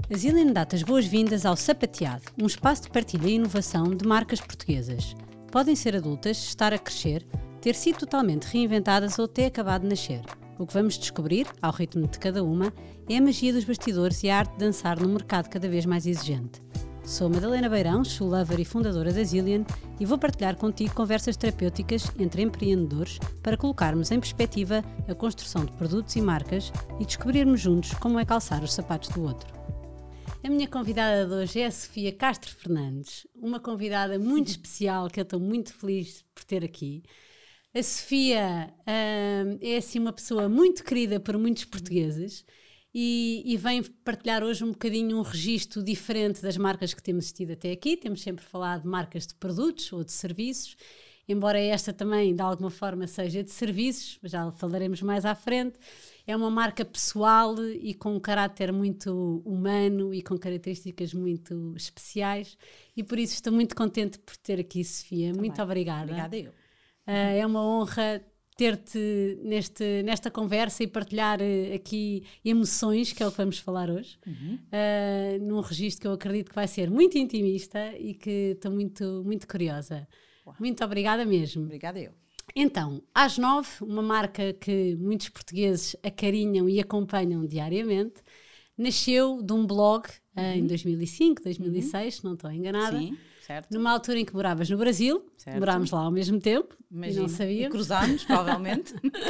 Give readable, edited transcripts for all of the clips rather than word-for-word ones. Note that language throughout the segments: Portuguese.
A Zillion dá-te as boas-vindas ao Sapateado, um espaço de partilha e inovação de marcas portuguesas. Podem ser adultas, estar a crescer, ter sido totalmente reinventadas ou ter acabado de nascer. O que vamos descobrir, ao ritmo de cada uma, é a magia dos bastidores e a arte de dançar num mercado cada vez mais exigente. Sou Madalena Beirão, shoe lover e fundadora da Zillion, e vou partilhar contigo conversas terapêuticas entre empreendedores para colocarmos em perspectiva a construção de produtos e marcas e descobrirmos juntos como é calçar os sapatos do outro. A minha convidada de hoje é a Sofia Castro Fernandes, uma convidada muito especial que eu estou muito feliz por ter aqui. A Sofia é assim uma pessoa muito querida por muitos portugueses e vem partilhar hoje um bocadinho um registro diferente das marcas que temos tido até aqui. Temos sempre falado de marcas de produtos ou de serviços, embora esta também de alguma forma seja de serviços, já falaremos mais à frente. É uma marca pessoal e com um caráter muito humano e com características muito especiais e por isso estou muito contente por ter aqui, Sofia. Também. Muito obrigada. Obrigada eu. É uma honra ter-te nesta conversa e partilhar aqui emoções, que é o que vamos falar hoje, num registro que eu acredito que vai ser muito intimista e que estou muito, muito curiosa. Uau. Muito obrigada mesmo. Obrigada eu. Então, Às 9, uma marca que muitos portugueses acarinham e acompanham diariamente, nasceu de um blog em 2005, 2006, se não estou enganada. Sim, certo. Numa altura em que moravas no Brasil, Certo. morámos lá ao mesmo tempo. Imagina. E não sabíamos. E cruzámos, provavelmente.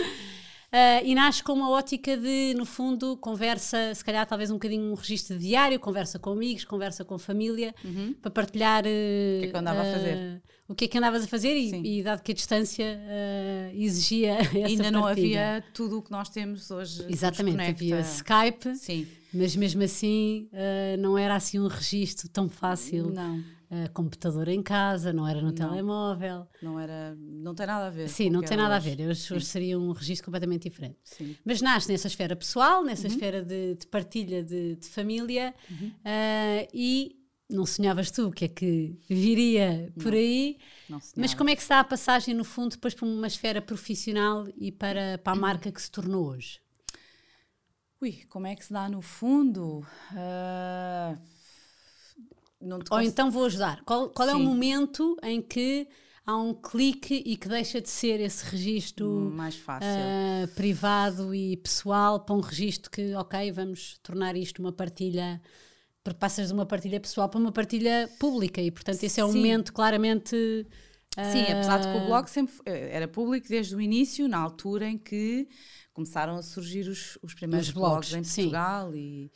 E nasce com uma ótica de, no fundo, conversa, se calhar talvez um bocadinho um registro diário, conversa com amigos, conversa com família, para partilhar O que é que eu andava a fazer. o que é que andavas a fazer Sim. e dado que a distância exigia essa Ainda não partilha. havia tudo o que nós temos hoje. que nos Exatamente, conecta. havia Skype, Sim. mas mesmo assim não era assim um registro tão fácil. Não, Computador em casa, não era no Não. telemóvel. não tem nada a ver. Sim, com o não que tem é nada a hoje. ver. Hoje seria um registro completamente diferente. Sim. Mas nasce nessa esfera pessoal, nessa esfera de partilha de família, e não sonhavas tu o que é que viria por aí, Não se mas nada. como é que se dá a passagem, no fundo, depois para uma esfera profissional e para a marca que se tornou hoje? Como é que se dá no fundo? Não te Ou cons- então vou ajudar. Qual é o Sim. momento em que há um clique e que deixa de ser esse registro Mais fácil. privado e pessoal para um registro que, ok, vamos tornar isto uma partilha, porque passas de uma partilha pessoal para uma partilha pública e, portanto, esse é um Sim. momento claramente... Sim, apesar de que o blog sempre era público desde o início, na altura em que começaram a surgir os primeiros Os blogs, blogs em sim. Portugal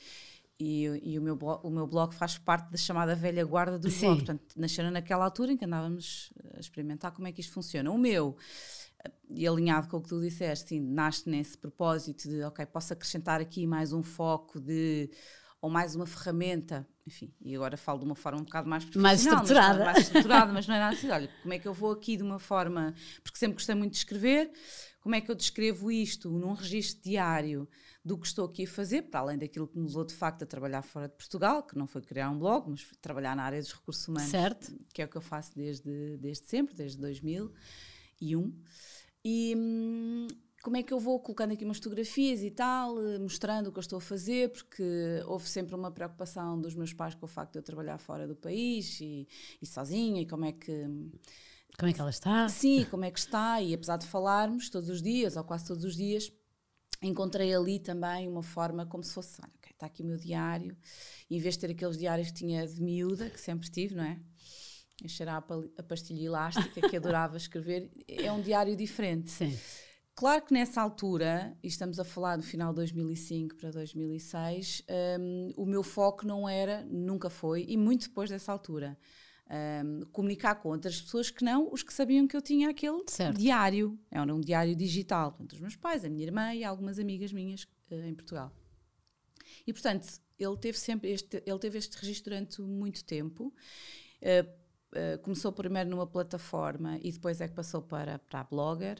e o meu blog faz parte da chamada velha guarda dos Sim. blogs. Portanto, nasceram naquela altura em que andávamos a experimentar como é que isto funciona. O meu, e alinhado com o que tu disseste, sim, nasce nesse propósito de, ok, posso acrescentar aqui mais um foco ou mais uma ferramenta, enfim, e agora falo de uma forma um bocado mais profissional, mais estruturada, mas não é nada assim. Olha, como é que eu vou aqui de uma forma, porque sempre gostei muito de escrever, como é que eu descrevo isto num registro diário do que estou aqui a fazer, para além daquilo que me levou de facto a trabalhar fora de Portugal, que não foi criar um blog, mas foi trabalhar na área dos recursos humanos, Certo. que é o que eu faço desde sempre, desde 2001. E como é que eu vou colocando aqui umas fotografias e tal, mostrando o que eu estou a fazer, porque houve sempre uma preocupação dos meus pais com o facto de eu trabalhar fora do país e sozinha, e como é que ela está? sim, como é que está, e apesar de falarmos todos os dias, ou quase todos os dias, encontrei ali também uma forma como se fosse, olha, okay, está aqui o meu diário, e em vez de ter aqueles diários que tinha de miúda, que sempre tive, não é? A cheirar a pastilha elástica, que adorava escrever, é um diário diferente. Sim. Claro que nessa altura, e estamos a falar do final de 2005 para 2006, o meu foco não era, nunca foi, e muito depois dessa altura, comunicar com outras pessoas que não os que sabiam que eu tinha aquele Certo. diário. Era um diário digital, portanto, os meus pais, a minha irmã e algumas amigas minhas em Portugal. E, portanto, ele teve este registro durante muito tempo. Começou primeiro numa plataforma e depois é que passou para a Blogger.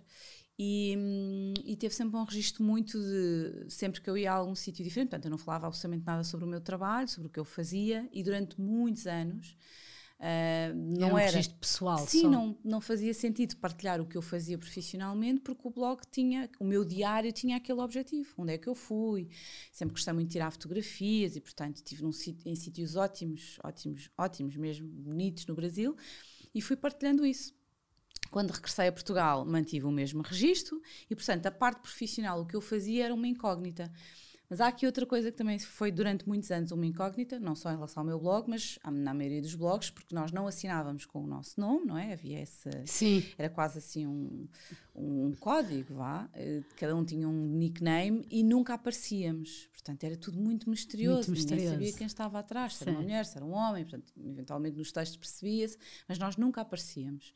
E teve sempre um registro muito de... Sempre que eu ia a algum sítio diferente, portanto, eu não falava absolutamente nada sobre o meu trabalho, sobre o que eu fazia, e durante muitos anos Não era um era registro pessoal. Sim, só. não fazia sentido partilhar o que eu fazia profissionalmente, porque o blog o meu diário tinha aquele objetivo. Onde é que eu fui? Sempre gostei muito de tirar fotografias e, portanto, estive em sítios ótimos mesmo, bonitos no Brasil, e fui partilhando isso. Quando regressei a Portugal, mantive o mesmo registro e, portanto, a parte profissional, o que eu fazia era uma incógnita. Mas há aqui outra coisa que também foi durante muitos anos uma incógnita, não só em relação ao meu blog, mas na maioria dos blogs, porque nós não assinávamos com o nosso nome, não é? Havia Sim. Era quase assim um código, cada um tinha um nickname e nunca aparecíamos. Portanto, era tudo muito misterioso. Ninguém sabia quem estava atrás, se era uma mulher, se era um homem, portanto, eventualmente nos textos percebia-se, mas nós nunca aparecíamos.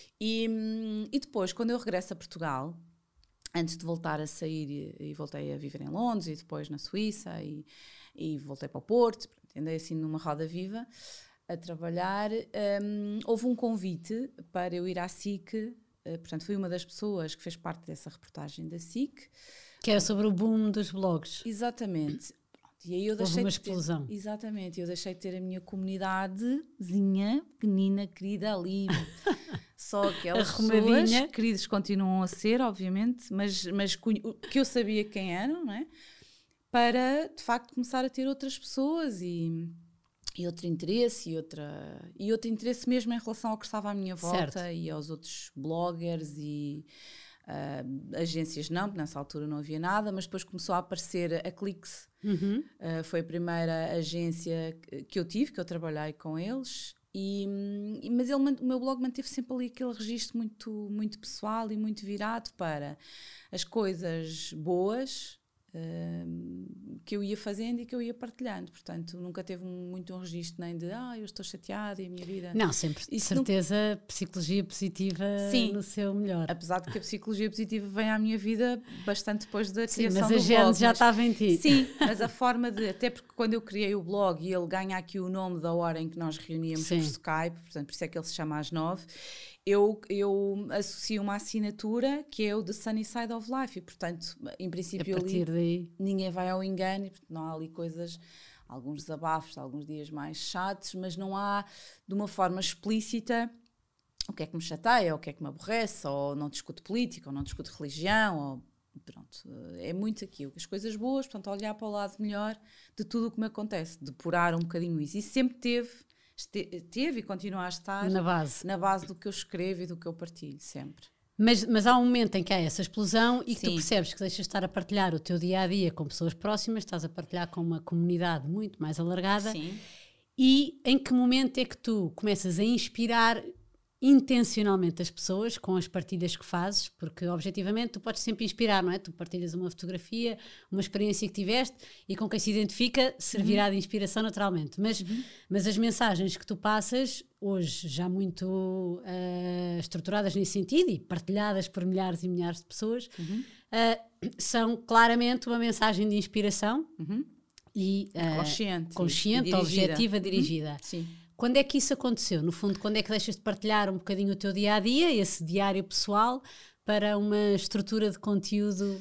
E depois, quando eu regresso a Portugal, antes de voltar a sair, e voltei a viver em Londres e depois na Suíça e voltei para o Porto, andei assim numa roda viva a trabalhar, houve um convite para eu ir à SIC, portanto fui uma das pessoas que fez parte dessa reportagem da SIC. Que era sobre o boom dos blogs. Exatamente. E aí eu Houve deixei uma explosão. Exatamente, eu deixei de ter a minha comunidadezinha, pequenina, querida ali. Só aquelas pessoas queridos continuam a ser, obviamente, mas que eu sabia quem eram, não é? Para, de facto, começar a ter outras pessoas e outro interesse e outro interesse mesmo em relação ao que estava à minha volta, certo, e aos outros bloggers e agências não, porque nessa altura não havia nada, mas depois começou a aparecer a Clix. Foi a primeira agência que eu tive, que eu trabalhei com eles. Mas o meu blog manteve sempre ali aquele registro muito, muito pessoal e muito virado para as coisas boas que eu ia fazendo e que eu ia partilhando. Portanto, nunca teve muito um registro nem de eu estou chateada e a minha vida... Não, sempre, de certeza, psicologia positiva. Sim, no seu melhor. Apesar de que a psicologia positiva vem à minha vida bastante depois da criação do blog. Sim, mas a gente já estava em ti. Sim, mas a forma de... Até porque quando eu criei o blog e ele ganha aqui o nome da hora em que nós reuníamos por Skype, portanto, por isso é que ele se chama às 9, eu associo uma assinatura que é o The Sunny Side of Life e, portanto, em princípio a partir daí ninguém vai ao engano e não há ali coisas, alguns desabafos, alguns dias mais chatos, mas não há de uma forma explícita o que é que me chateia, ou o que é que me aborrece, ou não discuto política, ou não discuto religião, ou pronto, é muito aquilo, as coisas boas, portanto, olhar para o lado melhor de tudo o que me acontece, depurar um bocadinho isso, e sempre teve e continua a estar na base do que eu escrevo e do que eu partilho, sempre. Mas há um momento em que há essa explosão e que tu percebes que deixas de estar a partilhar o teu dia-a-dia com pessoas próximas, estás a partilhar com uma comunidade muito mais alargada. Sim. E em que momento é que tu começas a inspirar intencionalmente as pessoas com as partilhas que fazes, porque objetivamente tu podes sempre inspirar, não é? Tu partilhas uma fotografia, uma experiência que tiveste e com quem se identifica servirá de inspiração naturalmente, mas as mensagens que tu passas hoje já muito estruturadas nesse sentido e partilhadas por milhares e milhares de pessoas são claramente uma mensagem de inspiração e consciente, objetiva, dirigida. Sim. Quando é que isso aconteceu? No fundo, quando é que deixas de partilhar um bocadinho o teu dia-a-dia, esse diário pessoal, para uma estrutura de conteúdo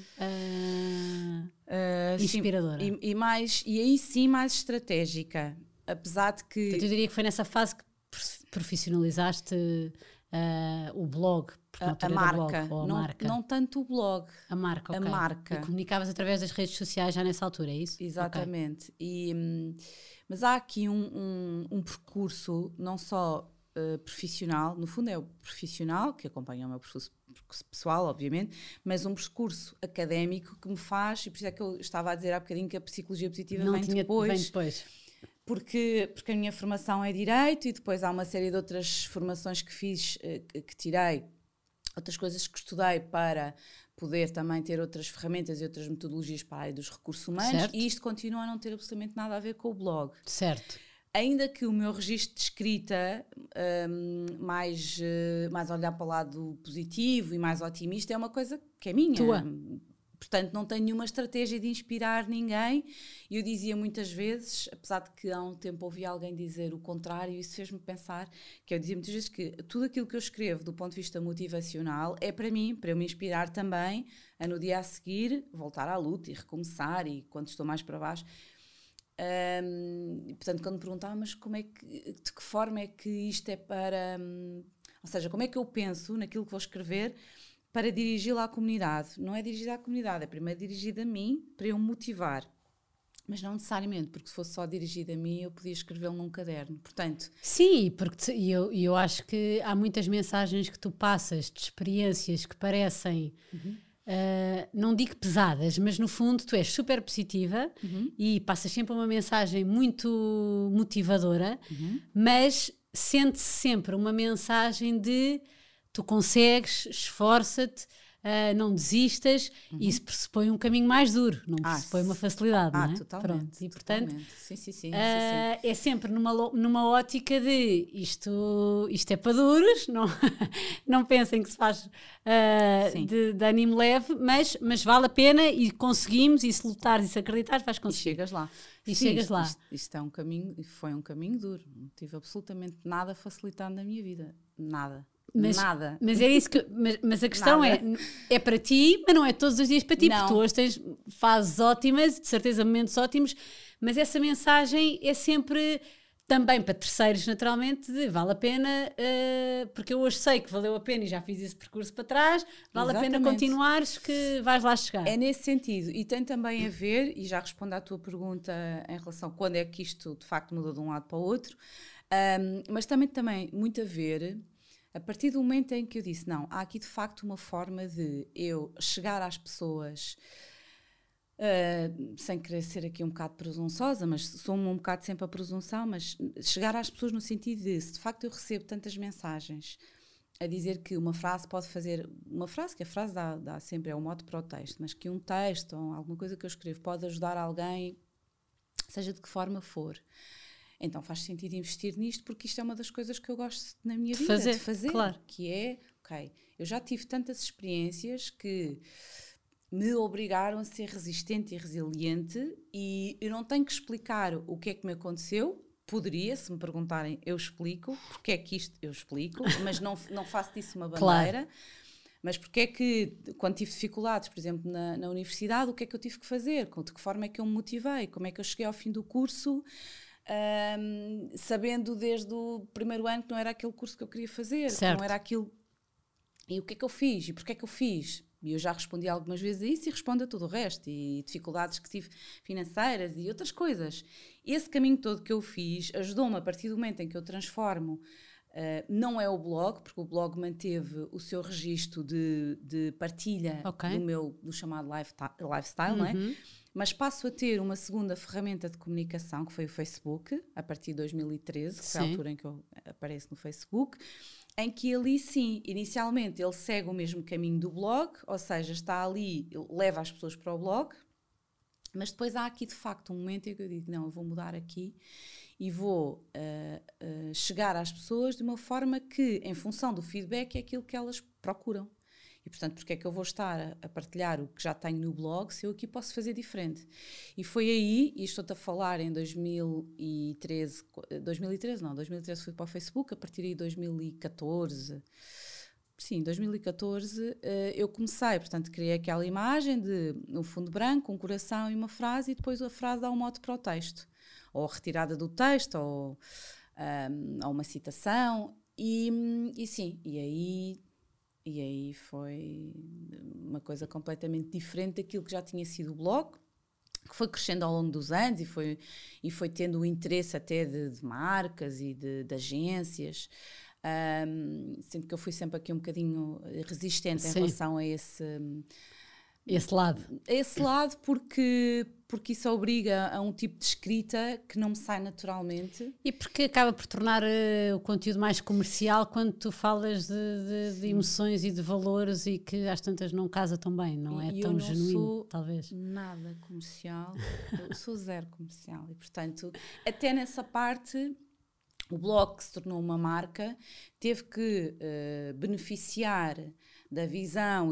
inspiradora? Sim, e aí sim mais estratégica, apesar de que... Portanto, eu diria que foi nessa fase que profissionalizaste o blog, a marca, blog, ou a marca. Não tanto o blog. A marca, okay. A marca. E comunicavas através das redes sociais já nessa altura, é isso? Exatamente. Okay. Mas há aqui um percurso não só profissional, no fundo é o profissional, que acompanha o meu percurso pessoal, obviamente, mas um percurso académico que me faz, e por isso é que eu estava a dizer há bocadinho que a psicologia positiva vem depois. Porque a minha formação é Direito e depois há uma série de outras formações que fiz, que tirei, outras coisas que estudei para poder também ter outras ferramentas e outras metodologias para a área dos recursos humanos, certo. E isto continua a não ter absolutamente nada a ver com o blog. Certo. Ainda que o meu registro de escrita, mais olhar para o lado positivo e mais otimista, é uma coisa que é minha. Tua. Portanto, não tenho nenhuma estratégia de inspirar ninguém. E eu dizia muitas vezes, apesar de que há um tempo ouvi alguém dizer o contrário, isso fez-me pensar, que eu dizia muitas vezes que tudo aquilo que eu escrevo do ponto de vista motivacional é para mim, para eu me inspirar também a no dia a seguir voltar à luta e recomeçar, e quando estou mais para baixo. E, portanto, quando me perguntava, mas de que forma é que isto é para... ou seja, como é que eu penso naquilo que vou escrever para dirigi-lo à comunidade? Não é dirigido à comunidade, é primeiro dirigido a mim, para eu motivar. Mas não necessariamente, porque se fosse só dirigido a mim, eu podia escrevê-lo num caderno. Portanto... Sim, porque eu acho que há muitas mensagens que tu passas de experiências que parecem, não digo pesadas, mas no fundo tu és super positiva e passas sempre uma mensagem muito motivadora, mas sente-se sempre uma mensagem de tu consegues, esforça-te, não desistas, e isso pressupõe um caminho mais duro, não pressupõe uma facilidade, não é? Totalmente. Pronto. E portanto, sim. é sempre numa ótica de isto é para duros, não pensem que se faz de ânimo leve, mas vale a pena e conseguimos, e se lutares e se acreditares vais conseguir. E chegas lá. Chegas lá. Isto é um caminho, foi um caminho duro, não tive absolutamente nada facilitado na minha vida, nada. Nada. Mas é isso mas a questão é para ti, mas não é todos os dias para ti, porque tu hoje tens fases ótimas, de certeza momentos ótimos, mas essa mensagem é sempre também para terceiros, naturalmente, de vale a pena, porque eu hoje sei que valeu a pena e já fiz esse percurso para trás, vale a pena continuares que vais lá chegar. É nesse sentido, e tem também a ver, e já respondo à tua pergunta em relação a quando é que isto de facto mudou de um lado para o outro, mas também muito a ver... A partir do momento em que eu disse, não, há aqui de facto uma forma de eu chegar às pessoas, sem querer ser aqui um bocado presunçosa, mas sou-me um bocado sempre a presunção, mas chegar às pessoas no sentido de, se de facto eu recebo tantas mensagens a dizer que uma frase pode fazer, que a frase dá sempre, é o mote para o texto, mas que um texto ou alguma coisa que eu escrevo pode ajudar alguém, seja de que forma for. Então faz sentido investir nisto, porque isto é uma das coisas que eu gosto na minha vida de fazer, claro. Que é, eu já tive tantas experiências que me obrigaram a ser resistente e resiliente, e eu não tenho que explicar o que é que me aconteceu. Poderia, se me perguntarem, eu explico, porque é que isto eu explico, mas não faço disso uma bandeira. Claro. Mas porque é que, quando tive dificuldades, por exemplo, na universidade, o que é que eu tive que fazer? De que forma é que eu me motivei? Como é que eu cheguei ao fim do curso... sabendo desde o primeiro ano que não era aquele curso que eu queria fazer, que não era aquilo. E o que é que eu fiz? E porquê é que eu fiz? E eu já respondi algumas vezes a isso e respondo a tudo o resto. E dificuldades que tive financeiras e outras coisas. Esse caminho todo que eu fiz ajudou-me, a partir do momento em que eu transformo. Não é o blog, porque o blog manteve o seu registro de partilha do chamado lifestyle, não é? Mas passo a ter uma segunda ferramenta de comunicação, que foi o Facebook, a partir de 2013, que foi a altura em que eu apareço no Facebook, em que ali sim, inicialmente ele segue o mesmo caminho do blog, ou seja, está ali, leva as pessoas para o blog, mas depois há aqui de facto um momento em que eu digo, não, eu vou mudar aqui e vou chegar às pessoas de uma forma que, em função do feedback, é aquilo que elas procuram. E, portanto, porque é que eu vou estar a partilhar o que já tenho no blog se eu aqui posso fazer diferente? E foi aí, e estou-te a falar em 2013 fui para o Facebook, a partir de 2014... Sim, em 2014 eu comecei, portanto, criei aquela imagem de um fundo branco, um coração e uma frase, e depois a frase dá um mote para o texto. Ou a retirada do texto, ou uma citação, e sim, e aí foi uma coisa completamente diferente daquilo que já tinha sido o blog, que foi crescendo ao longo dos anos e foi tendo o interesse até de marcas e de agências. Sinto que eu fui sempre aqui um bocadinho resistente em relação a esse lado. Esse lado, porque isso obriga a um tipo de escrita que não me sai naturalmente. E porque acaba por tornar o conteúdo mais comercial quando tu falas de emoções e de valores, e que às tantas não casa tão bem, não é tão genuíno, talvez. Eu não sou nada comercial, eu sou zero comercial. E, portanto, até nessa parte... O blog, que se tornou uma marca, teve que beneficiar da visão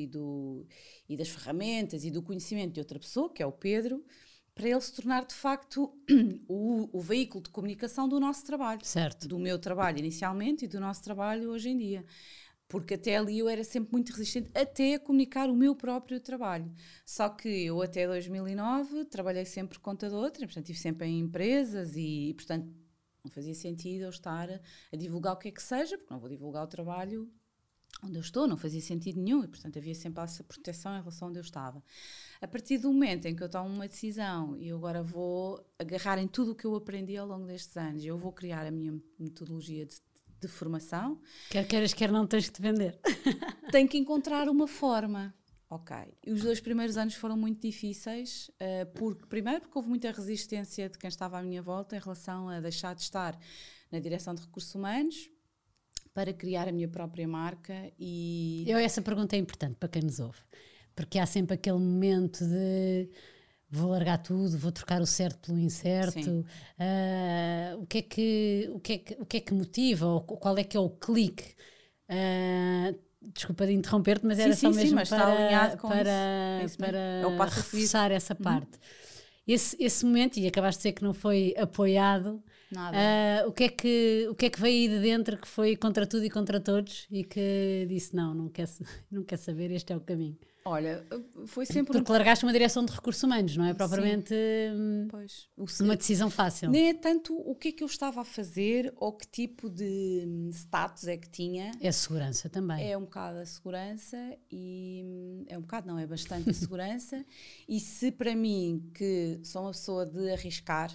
e das ferramentas e do conhecimento de outra pessoa, que é o Pedro, para ele se tornar, de facto, o veículo de comunicação do nosso trabalho. Certo. Do meu trabalho inicialmente e do nosso trabalho hoje em dia. Porque até ali eu era sempre muito resistente até a comunicar o meu próprio trabalho. Só que eu até 2009 trabalhei sempre contador, portanto estive sempre em empresas e portanto não fazia sentido eu estar a divulgar o que é que seja, porque não vou divulgar o trabalho onde eu estou, não fazia sentido nenhum e portanto havia sempre essa proteção em relação a onde eu estava. A partir do momento em que eu tomo uma decisão e eu agora vou agarrar em tudo o que eu aprendi ao longo destes anos, eu vou criar a minha metodologia de formação. Quer queiras, quer não, tens que te vender. Tenho que encontrar uma forma. Ok. E os 2 primeiros anos foram muito difíceis, primeiro porque houve muita resistência de quem estava à minha volta em relação a deixar de estar na direção de recursos humanos para criar a minha própria marca e... Essa pergunta é importante para quem nos ouve, porque há sempre aquele momento de vou largar tudo, vou trocar o certo pelo incerto. O que é que motiva, ou qual é que é o clique? Desculpa de interromper-te, mas era só mesmo mas está alinhado com para reforçar essa parte. Esse momento, e acabaste de dizer que não foi apoiado, nada. O que é que veio aí de dentro que foi contra tudo e contra todos e que disse não quer saber, este é o caminho? Olha, foi sempre... Porque largaste uma direção de recursos humanos, não é propriamente uma decisão fácil. Nem é tanto o que é que eu estava a fazer ou que tipo de status é que tinha. É a segurança também. É um bocado a segurança e... É um bocado, não, é bastante a segurança. E se para mim, que sou uma pessoa de arriscar,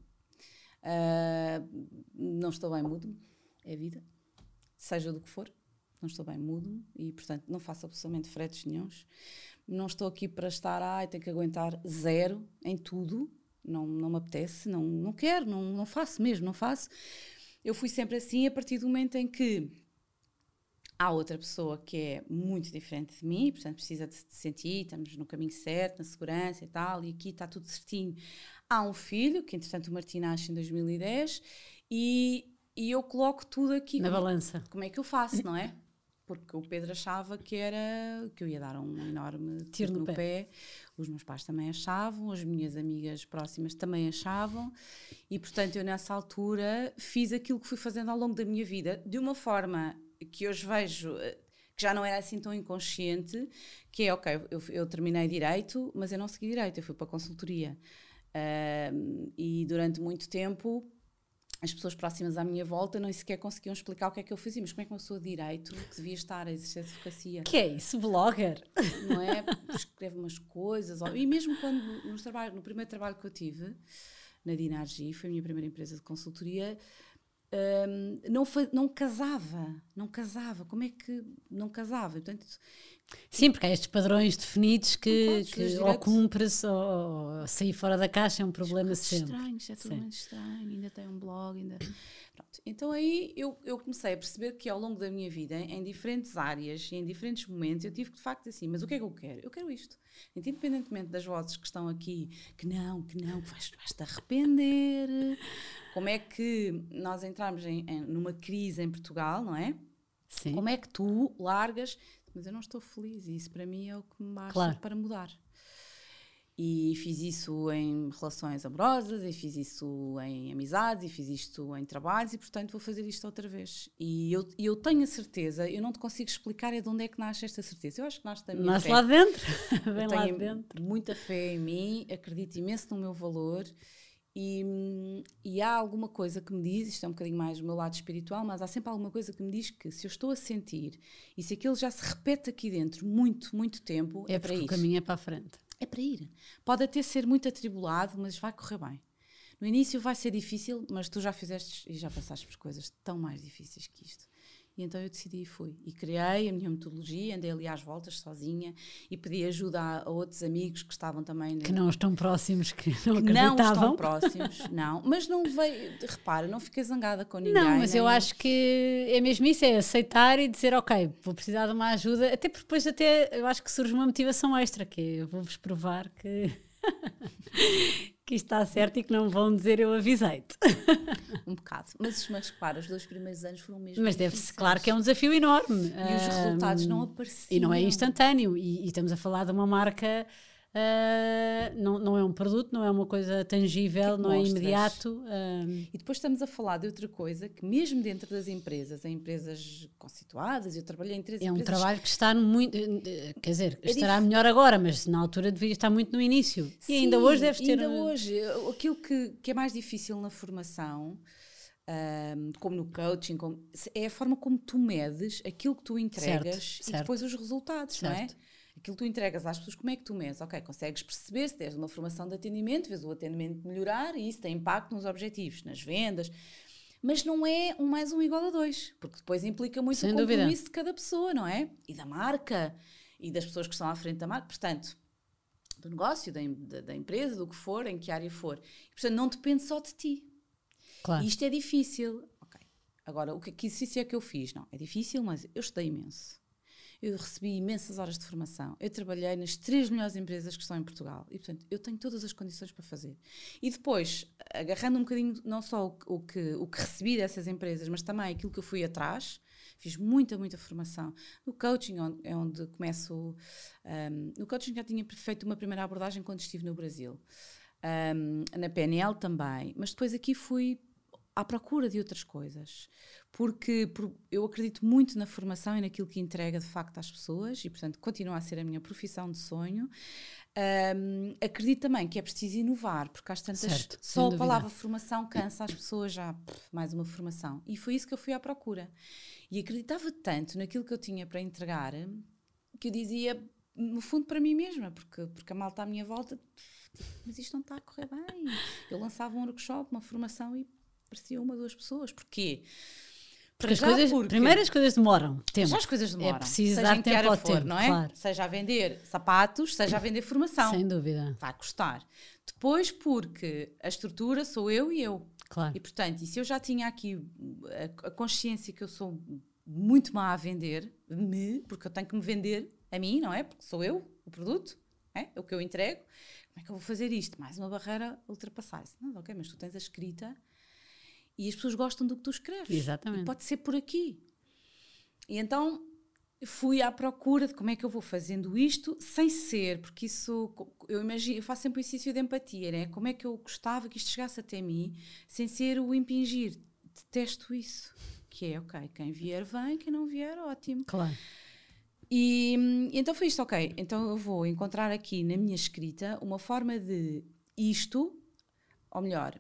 não estou bem, mudo-me, é a vida, seja do que for. Não estou bem, mudo-me e, portanto, não faço absolutamente fretes nenhuns. Não estou aqui para estar, tenho que aguentar 0 em tudo. Não me apetece, não quero, não faço mesmo, não faço. Eu fui sempre assim a partir do momento em que há outra pessoa que é muito diferente de mim, portanto, precisa de se sentir, estamos no caminho certo, na segurança e tal, e aqui está tudo certinho. Há um filho, que entretanto o Martim nasce em 2010, e eu coloco tudo aqui na balança. Como é que eu faço, não é? Porque o Pedro achava que eu ia dar um enorme tiro no pé. Os meus pais também achavam, as minhas amigas próximas também achavam e, portanto, eu nessa altura fiz aquilo que fui fazendo ao longo da minha vida de uma forma que hoje vejo que já não era assim tão inconsciente, que é, ok, eu terminei Direito, mas eu não segui Direito, eu fui para a consultoria. E durante muito tempo as pessoas próximas à minha volta nem sequer conseguiam explicar o que é que eu fazia, mas como é que uma pessoa de Direito que devia estar a exercer advocacia? Que é isso, blogger? Não é? Escreve umas coisas, e mesmo quando no primeiro trabalho que eu tive, na Dinargi, foi a minha primeira empresa de consultoria, não casava, como é que não casava? Portanto, sim, porque há estes padrões definidos que ou cumpres ou sair fora da caixa é um problema sempre. É tudo muito estranho, ainda tem um blog, Pronto. Então aí eu comecei a perceber que ao longo da minha vida, em diferentes áreas e em diferentes momentos, eu tive que de facto assim, mas o que é que eu quero? Eu quero isto. Independentemente das vozes que estão aqui, que vais-te arrepender. Como é que nós entramos numa crise em Portugal, não é? Sim. Como é que tu largas... Mas eu não estou feliz e isso para mim é o que me basta para mudar. E fiz isso em relações amorosas, e fiz isso em amizades, e fiz isto em trabalhos e, portanto, vou fazer isto outra vez. E eu tenho a certeza, eu não te consigo explicar de onde é que nasce esta certeza. Eu acho que nasce da minha fé. Nasce lá dentro. Vem lá tenho dentro. Muita fé em mim, acredito imenso no meu valor. E há alguma coisa que me diz, isto é um bocadinho mais o meu lado espiritual, mas há sempre alguma coisa que me diz que se eu estou a sentir e se aquilo já se repete aqui dentro muito, muito tempo, é para ir. O caminho é para a frente. É para ir. Pode até ser muito atribulado, mas vai correr bem. No início vai ser difícil, mas tu já fizeste e já passaste por coisas tão mais difíceis que isto. E então eu decidi e fui. E criei a minha metodologia, andei ali às voltas sozinha e pedi ajuda a outros amigos que estavam também... Que não estão próximos, que não acreditavam. Não estão próximos, não. Mas não veio... Repara, não fiquei zangada com ninguém. Não, mas eu acho que é mesmo isso, é aceitar e dizer, ok, vou precisar de uma ajuda. Até porque depois eu acho que surge uma motivação extra, que é, eu vou-vos provar que... que isto está certo e que não vão dizer eu avisei-te. Um bocado. Mas repara, os 2 primeiros anos foram mesmo mas deve-se, claro que é um desafio enorme. E os resultados não apareciam. E não é instantâneo. E estamos a falar de uma marca não é um produto, não é uma coisa tangível, não é imediato. E depois estamos a falar de outra coisa, que mesmo dentro das empresas, em empresas constituídas, eu trabalhei em 3 empresas... É um trabalho que está muito... Quer dizer, estará melhor agora, mas na altura devia estar muito no início. Sim, e ainda hoje deves ter... ainda hoje. Aquilo que é mais difícil na formação, como no coaching, é a forma como tu medes aquilo que tu entregas e depois os resultados, não é? Aquilo que tu entregas às pessoas, como é que tu medes? Ok, consegues perceber se tens uma formação de atendimento, vês o atendimento melhorar e isso tem impacto nos objetivos, nas vendas, mas não é 1 mais 1 igual a 2, porque depois implica muito o compromisso de cada pessoa, não é? E da marca, e das pessoas que estão à frente da marca, portanto, do negócio, da empresa, do que for, em que área for. E, portanto, não depende só de ti. Claro. E isto é difícil. Ok. Agora, que exercício é que eu fiz? Não, é difícil, mas eu estudei imenso. Eu recebi imensas horas de formação. Eu trabalhei nas 3 melhores empresas que estão em Portugal. E, portanto, eu tenho todas as condições para fazer. E depois, agarrando um bocadinho, não só o que recebi dessas empresas, mas também aquilo que eu fui atrás, fiz muita formação. No coaching é onde começo... no coaching já tinha feito uma primeira abordagem quando estive no Brasil. Na PNL também. Mas depois aqui fui à procura de outras coisas. Porque eu acredito muito na formação e naquilo que entrega de facto às pessoas e, portanto, continua a ser a minha profissão de sonho. Acredito também que é preciso inovar, porque às tantas só a palavra formação cansa as pessoas já, mais uma formação. E foi isso que eu fui à procura. E acreditava tanto naquilo que eu tinha para entregar que eu dizia, no fundo, para mim mesma, porque a malta à minha volta, mas isto não está a correr bem. Eu lançava um workshop, uma formação e parecia 1 ou 2 pessoas. Porquê? Porque primeiro as coisas demoram tempo. Já as coisas demoram. É preciso dar tempo ao tempo, não é? Claro. Seja a vender sapatos, seja a vender formação. Sem dúvida. Vai custar. Depois porque a estrutura sou eu e eu. Claro. E portanto, e se eu já tinha aqui a consciência que eu sou muito má a vender, porque eu tenho que me vender a mim, não é? Porque sou eu o produto, é o que eu entrego. Como é que eu vou fazer isto? Mais uma barreira a ultrapassar. Não, ok, mas tu tens a escrita... E as pessoas gostam do que tu escreves. Exatamente. E pode ser por aqui. E então fui à procura de como é que eu vou fazendo isto sem ser, porque isso, eu imagino, eu faço sempre o exercício de empatia, né? Como é que eu gostava que isto chegasse até mim sem ser o impingir. Detesto isso. Que é, ok, quem vier vem, quem não vier, ótimo. Claro. E então foi isto, ok, então eu vou encontrar aqui na minha escrita uma forma de isto, ou melhor...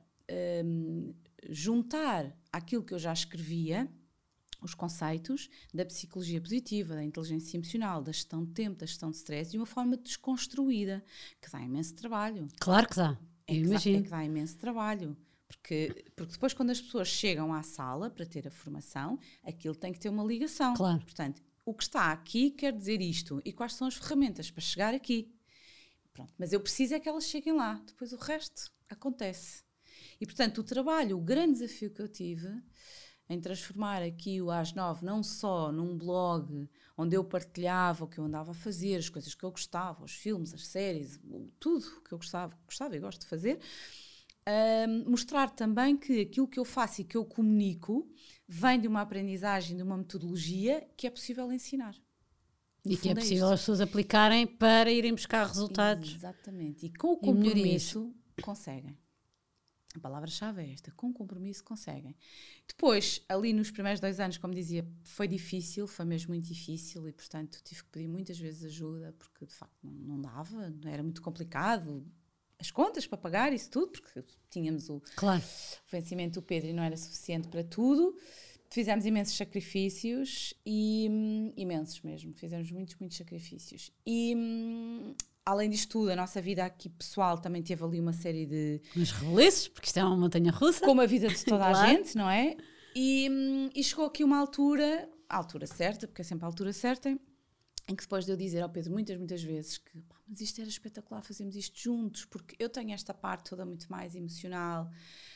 juntar aquilo que eu já escrevia, os conceitos da psicologia positiva, da inteligência emocional, da gestão de tempo, da gestão de stress, de uma forma desconstruída, que dá imenso trabalho. Claro que dá, imagino. É que dá imenso trabalho. Porque depois quando as pessoas chegam à sala para ter a formação, aquilo tem que ter uma ligação. Claro. Portanto, o que está aqui quer dizer isto. E quais são as ferramentas para chegar aqui? Pronto, mas eu preciso é que elas cheguem lá. Depois o resto acontece. E, portanto, o grande desafio que eu tive em transformar aqui o Às 9 não só num blog onde eu partilhava o que eu andava a fazer, as coisas que eu gostava, os filmes, as séries, tudo o que eu gostava e gosto de fazer, mostrar também que aquilo que eu faço e que eu comunico vem de uma aprendizagem, de uma metodologia que é possível ensinar. E que é possível as pessoas aplicarem para irem buscar resultados. Exatamente. E com o compromisso conseguem. A palavra-chave é esta, com compromisso conseguem. Depois, ali nos primeiros 2 anos, como dizia, foi difícil, foi mesmo muito difícil e, portanto, tive que pedir muitas vezes ajuda porque, de facto, não dava, era muito complicado. As contas para pagar, isso tudo, porque tínhamos o vencimento do Pedro e não era suficiente para tudo. Fizemos imensos sacrifícios, imensos mesmo, fizemos muitos sacrifícios. E... além disto tudo, a nossa vida aqui pessoal também teve ali uma série de... uns rebeliços, porque isto é uma montanha russa. Como a vida de toda a gente, não é? E chegou aqui uma altura, a altura certa, porque é sempre a altura certa, em que depois de eu dizer ao Pedro muitas vezes que mas isto era espetacular, fazemos isto juntos, porque eu tenho esta parte toda muito mais emocional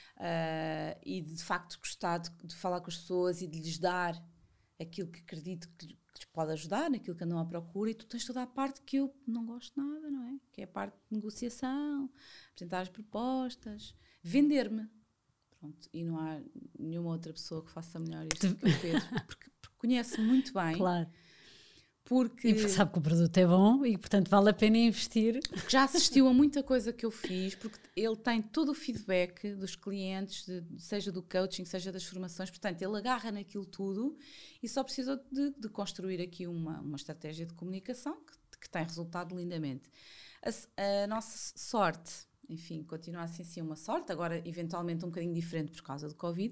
e de facto gostar de falar com as pessoas e de lhes dar aquilo que acredito que lhes pode ajudar, naquilo que andam à procura, e tu tens toda a parte que eu não gosto nada, não é? Que é a parte de negociação, apresentar as propostas, vender-me. Pronto, e não há nenhuma outra pessoa que faça melhor isto que o Pedro, porque conhece muito bem. Claro. Porque... E porque sabe que o produto é bom e, portanto, vale a pena investir. Porque já assistiu a muita coisa que eu fiz, porque ele tem todo o feedback dos clientes, seja do coaching, seja das formações, portanto, ele agarra naquilo tudo e só precisou de construir aqui uma estratégia de comunicação que tem resultado lindamente. A nossa sorte, enfim, continua a ser sim uma sorte, agora eventualmente um bocadinho diferente por causa do Covid.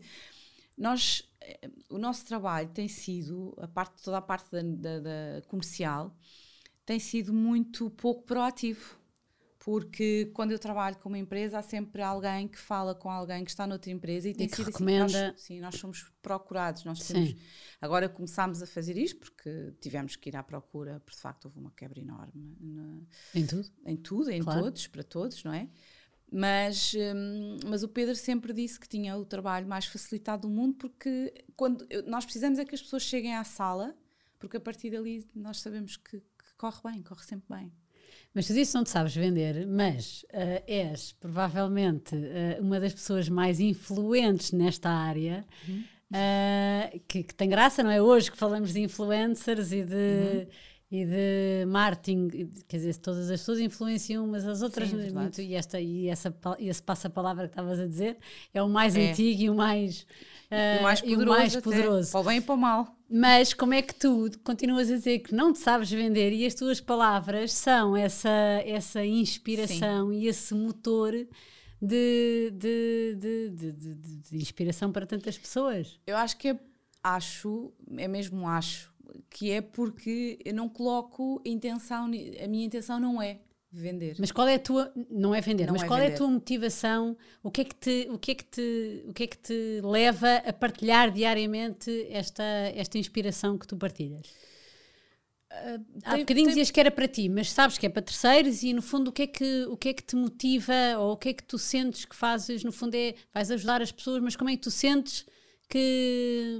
O nosso trabalho tem sido, toda a parte da comercial, tem sido muito pouco proativo, porque quando eu trabalho com uma empresa há sempre alguém que fala com alguém que está noutra empresa e tem que sido recomenda. Assim, nós somos procurados, agora começámos a fazer isto porque tivemos que ir à procura, porque de facto houve uma quebra enorme em tudo? Em tudo, em claro. Todos, para todos, não é? Mas o Pedro sempre disse que tinha o trabalho mais facilitado do mundo, porque nós precisamos é que as pessoas cheguem à sala, porque a partir dali nós sabemos que corre bem, corre sempre bem. Mas tu disse que não te sabes vender, mas és provavelmente uma das pessoas mais influentes nesta área, que tem graça, não é? Hoje que falamos de influencers e de marketing, quer dizer, todas as pessoas influenciam umas às outras. Sim, muito, e esse passa-palavra que estavas a dizer é o mais antigo e o mais poderoso. Para o bem e para o mal. Mas como é que tu continuas a dizer que não te sabes vender e as tuas palavras são essa inspiração e esse motor de inspiração para tantas pessoas? Eu acho que acho que é porque eu não coloco intenção, a minha intenção não é vender. Mas qual é a tua, não é vender, mas qual é a tua motivação? O que é que te leva a partilhar diariamente esta inspiração que tu partilhas? Há bocadinho dizias que era para ti, mas sabes que é para terceiros e no fundo o que é que te motiva ou o que é que tu sentes que fazes, no fundo vais ajudar as pessoas, mas como é que tu sentes que...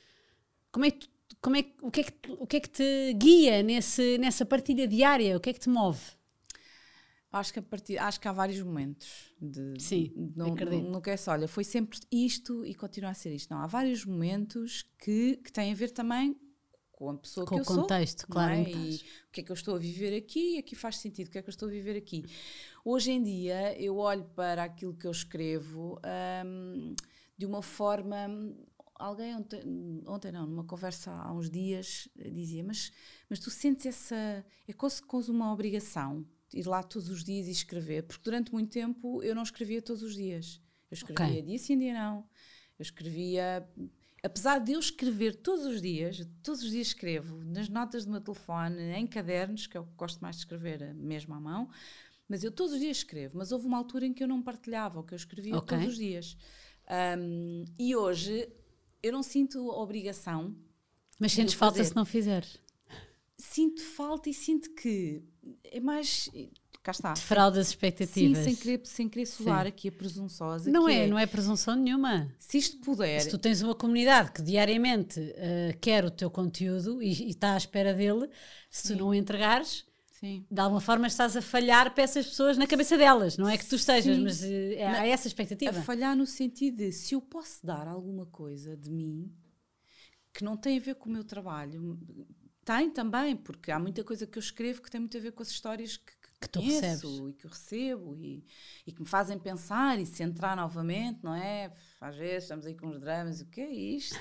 o que é que te guia nessa partilha diária? O que é que te move? Acho que há vários momentos. Sim, acredito. Não é só, olha, foi sempre isto e continua a ser isto. Não, há vários momentos que têm a ver também com a pessoa que eu sou. Com o contexto, claro. E o que é que eu estou a viver aqui? Aqui faz sentido. O que é que eu estou a viver aqui? Hoje em dia, eu olho para aquilo que eu escrevo de uma forma... Alguém ontem não, numa conversa há uns dias, dizia, mas tu sentes essa... É quase uma obrigação ir lá todos os dias e escrever, porque durante muito tempo eu não escrevia todos os dias. Eu escrevia dia sim, dia não. Eu escrevia... Apesar de eu escrever todos os dias escrevo, nas notas do meu telefone, em cadernos, que eu gosto mais de escrever mesmo à mão, mas eu todos os dias escrevo. Mas houve uma altura em que eu não partilhava, ou que eu escrevia todos os dias. E hoje... Eu não sinto obrigação. Mas sentes falta se não fizeres? Sinto falta e sinto que é mais... Cá está. Defrauda as expectativas. Sim, sem querer soar aqui a presunçosa. Não é presunção nenhuma. Se isto puder... Se tu tens uma comunidade que diariamente quer o teu conteúdo e está à espera dele, se tu não o entregares... Sim. De alguma forma estás a falhar para essas pessoas na cabeça delas, não é que tu estejas, mas há essa expectativa. A falhar no sentido de, se eu posso dar alguma coisa de mim que não tem a ver com o meu trabalho, tem também, porque há muita coisa que eu escrevo que tem muito a ver com as histórias que tu recebes e que eu recebo e que me fazem pensar e centrar novamente, não é? Às vezes estamos aí com uns dramas, o que é isto?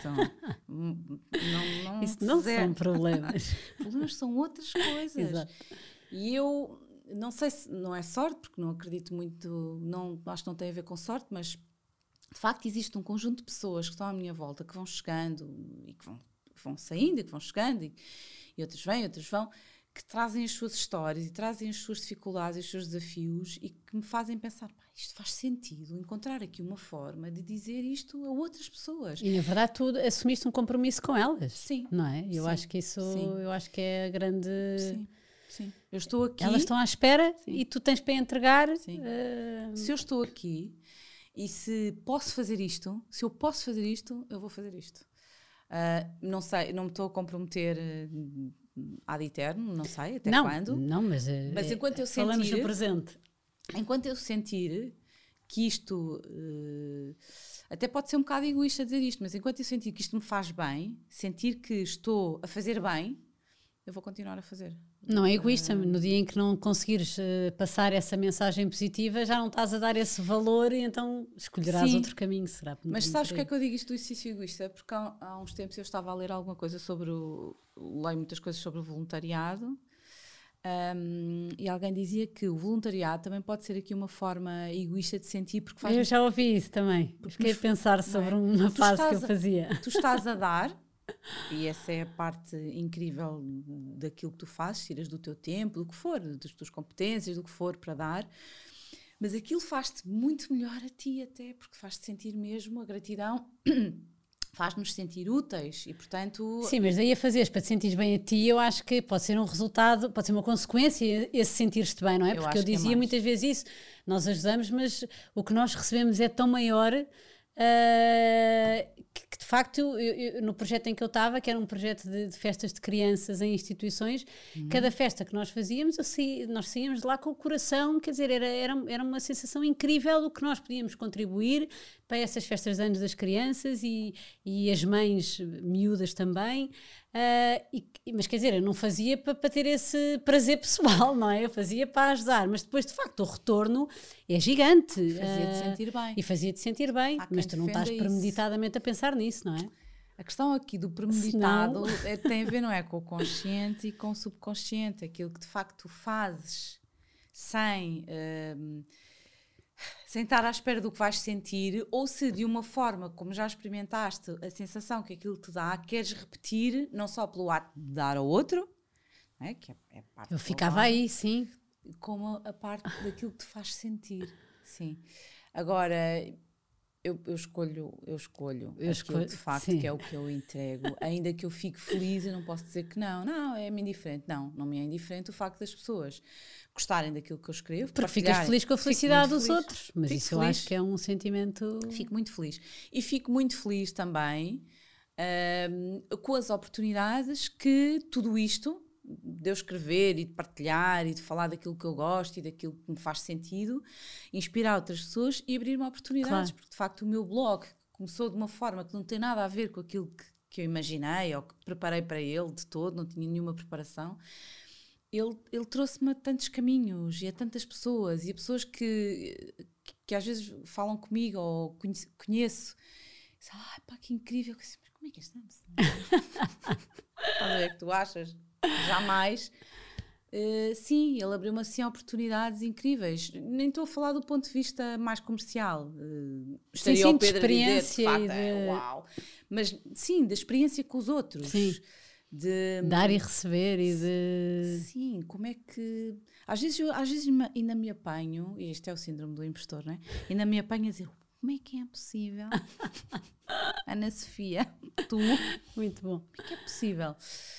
Isso não são problemas. Problemas são outras coisas. Exato. E eu não sei se não é sorte, porque não acredito muito, acho que não tem a ver com sorte, mas de facto existe um conjunto de pessoas que estão à minha volta, que vão chegando e que vão saindo e que vão chegando e outros vêm, outros vão, que trazem as suas histórias e trazem as suas dificuldades e os seus desafios e que me fazem pensar, isto faz sentido, encontrar aqui uma forma de dizer isto a outras pessoas. E na verdade tu assumiste um compromisso com elas. Sim. Não é? Eu acho que isso, eu acho que é a grande... Sim. Eu estou aqui. Elas estão à espera e tu tens para entregar. Se eu estou aqui e se eu posso fazer isto, eu vou fazer isto. Não sei, não me estou a comprometer ad eterno, não sei até quando. Não, mas enquanto eu falamos sentir, no presente. Enquanto eu sentir que isto, até pode ser um bocado egoísta dizer isto, mas enquanto eu sentir que isto me faz bem, sentir que estou a fazer bem, eu vou continuar a fazer. Não é egoísta, no dia em que não conseguires passar essa mensagem positiva, já não estás a dar esse valor e então escolherás Sim. outro caminho, será? Mas sabes porque é que eu digo isto do exercício egoísta? Porque há uns tempos eu estava a ler alguma coisa sobre leio muitas coisas sobre o voluntariado, e alguém dizia que o voluntariado também pode ser aqui uma forma egoísta de sentir, porque faz... Eu já ouvi isso também, fiquei a pensar sobre uma fase que eu fazia. Tu estás a dar, e essa é a parte incrível daquilo que tu fazes, tiras do teu tempo, do que for, das tuas competências, do que for para dar, mas aquilo faz-te muito melhor a ti até, porque faz-te sentir mesmo a gratidão, faz-nos sentir úteis e portanto... Sim, mas daí a fazeres para te sentires bem a ti, eu acho que pode ser um resultado, pode ser uma consequência esse sentir-te bem, não é? Porque eu dizia muitas vezes isso, nós ajudamos, mas o que nós recebemos é tão maior... que de facto eu, no projeto em que eu estava, que era um projeto de festas de crianças em instituições, cada festa que nós fazíamos, nós saíamos de lá com o coração, quer dizer, era uma sensação incrível do que nós podíamos contribuir para essas festas de anos das crianças e as mães miúdas também, mas quer dizer, eu não fazia para ter esse prazer pessoal, não é? Eu fazia para ajudar, mas depois de facto o retorno é gigante. Fazia-te sentir bem. E fazia-te sentir bem, mas tu não estás premeditadamente a pensar nisso, não é? A questão aqui do premeditado tem a ver, não é, com o consciente e com o subconsciente, aquilo que de facto tu fazes sem estar à espera do que vais sentir, ou se de uma forma, como já experimentaste, a sensação que aquilo te dá, queres repetir, não só pelo ato de dar ao outro, não é? Que é parte eu ficava aí, sim. Como a parte daquilo que te faz sentir, sim. Agora, eu escolho aquilo de facto, sim, que é o que eu entrego, ainda que eu fique feliz, eu não posso dizer que não é-me indiferente, não me é indiferente o facto das pessoas gostarem daquilo que eu escrevo, porque ficas feliz com a felicidade dos outros, mas fico isso feliz. Eu acho que é um sentimento... Fico muito feliz, e fico muito feliz também com as oportunidades que tudo isto de eu escrever e de partilhar e de falar daquilo que eu gosto e daquilo que me faz sentido, inspirar outras pessoas e abrir-me oportunidades, claro. Porque de facto o meu blog começou de uma forma que não tem nada a ver com aquilo que eu imaginei ou que preparei para ele de todo, não tinha nenhuma preparação. Ele trouxe-me a tantos caminhos e a tantas pessoas, e a pessoas que às vezes falam comigo ou conheço, e dizem, pá, que incrível, mas como é que estamos? Estás a ver que tu achas? Jamais. Sim, ele abriu-me assim oportunidades incríveis. Nem estou a falar do ponto de vista mais comercial. Sim, ao Pedro de experiência dizer, de facto, uau. Mas sim, da experiência com os outros. Sim. De dar e receber e de... Sim, como é que... Às vezes ainda me apanho, e este é o síndrome do impostor, não é? Ainda me apanho a dizer, como é que é possível? Ana Sofia, tu... Muito bom. Como é que é possível?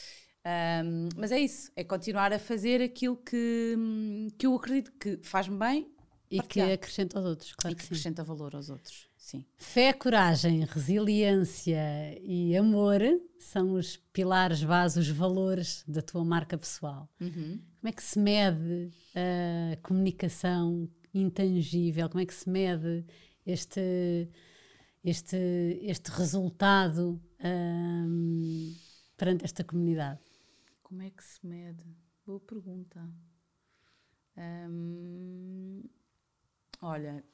Mas é isso, é continuar a fazer aquilo que eu acredito que faz-me bem e partilhar. Que acrescenta aos outros, claro, e que acrescenta valor aos outros, sim. Fé, coragem, resiliência e amor são os pilares básicos, os valores da tua marca pessoal. Uhum. Como é que se mede a comunicação intangível? Como é que se mede este resultado perante esta comunidade? Como é que se mede? Boa pergunta. Olha,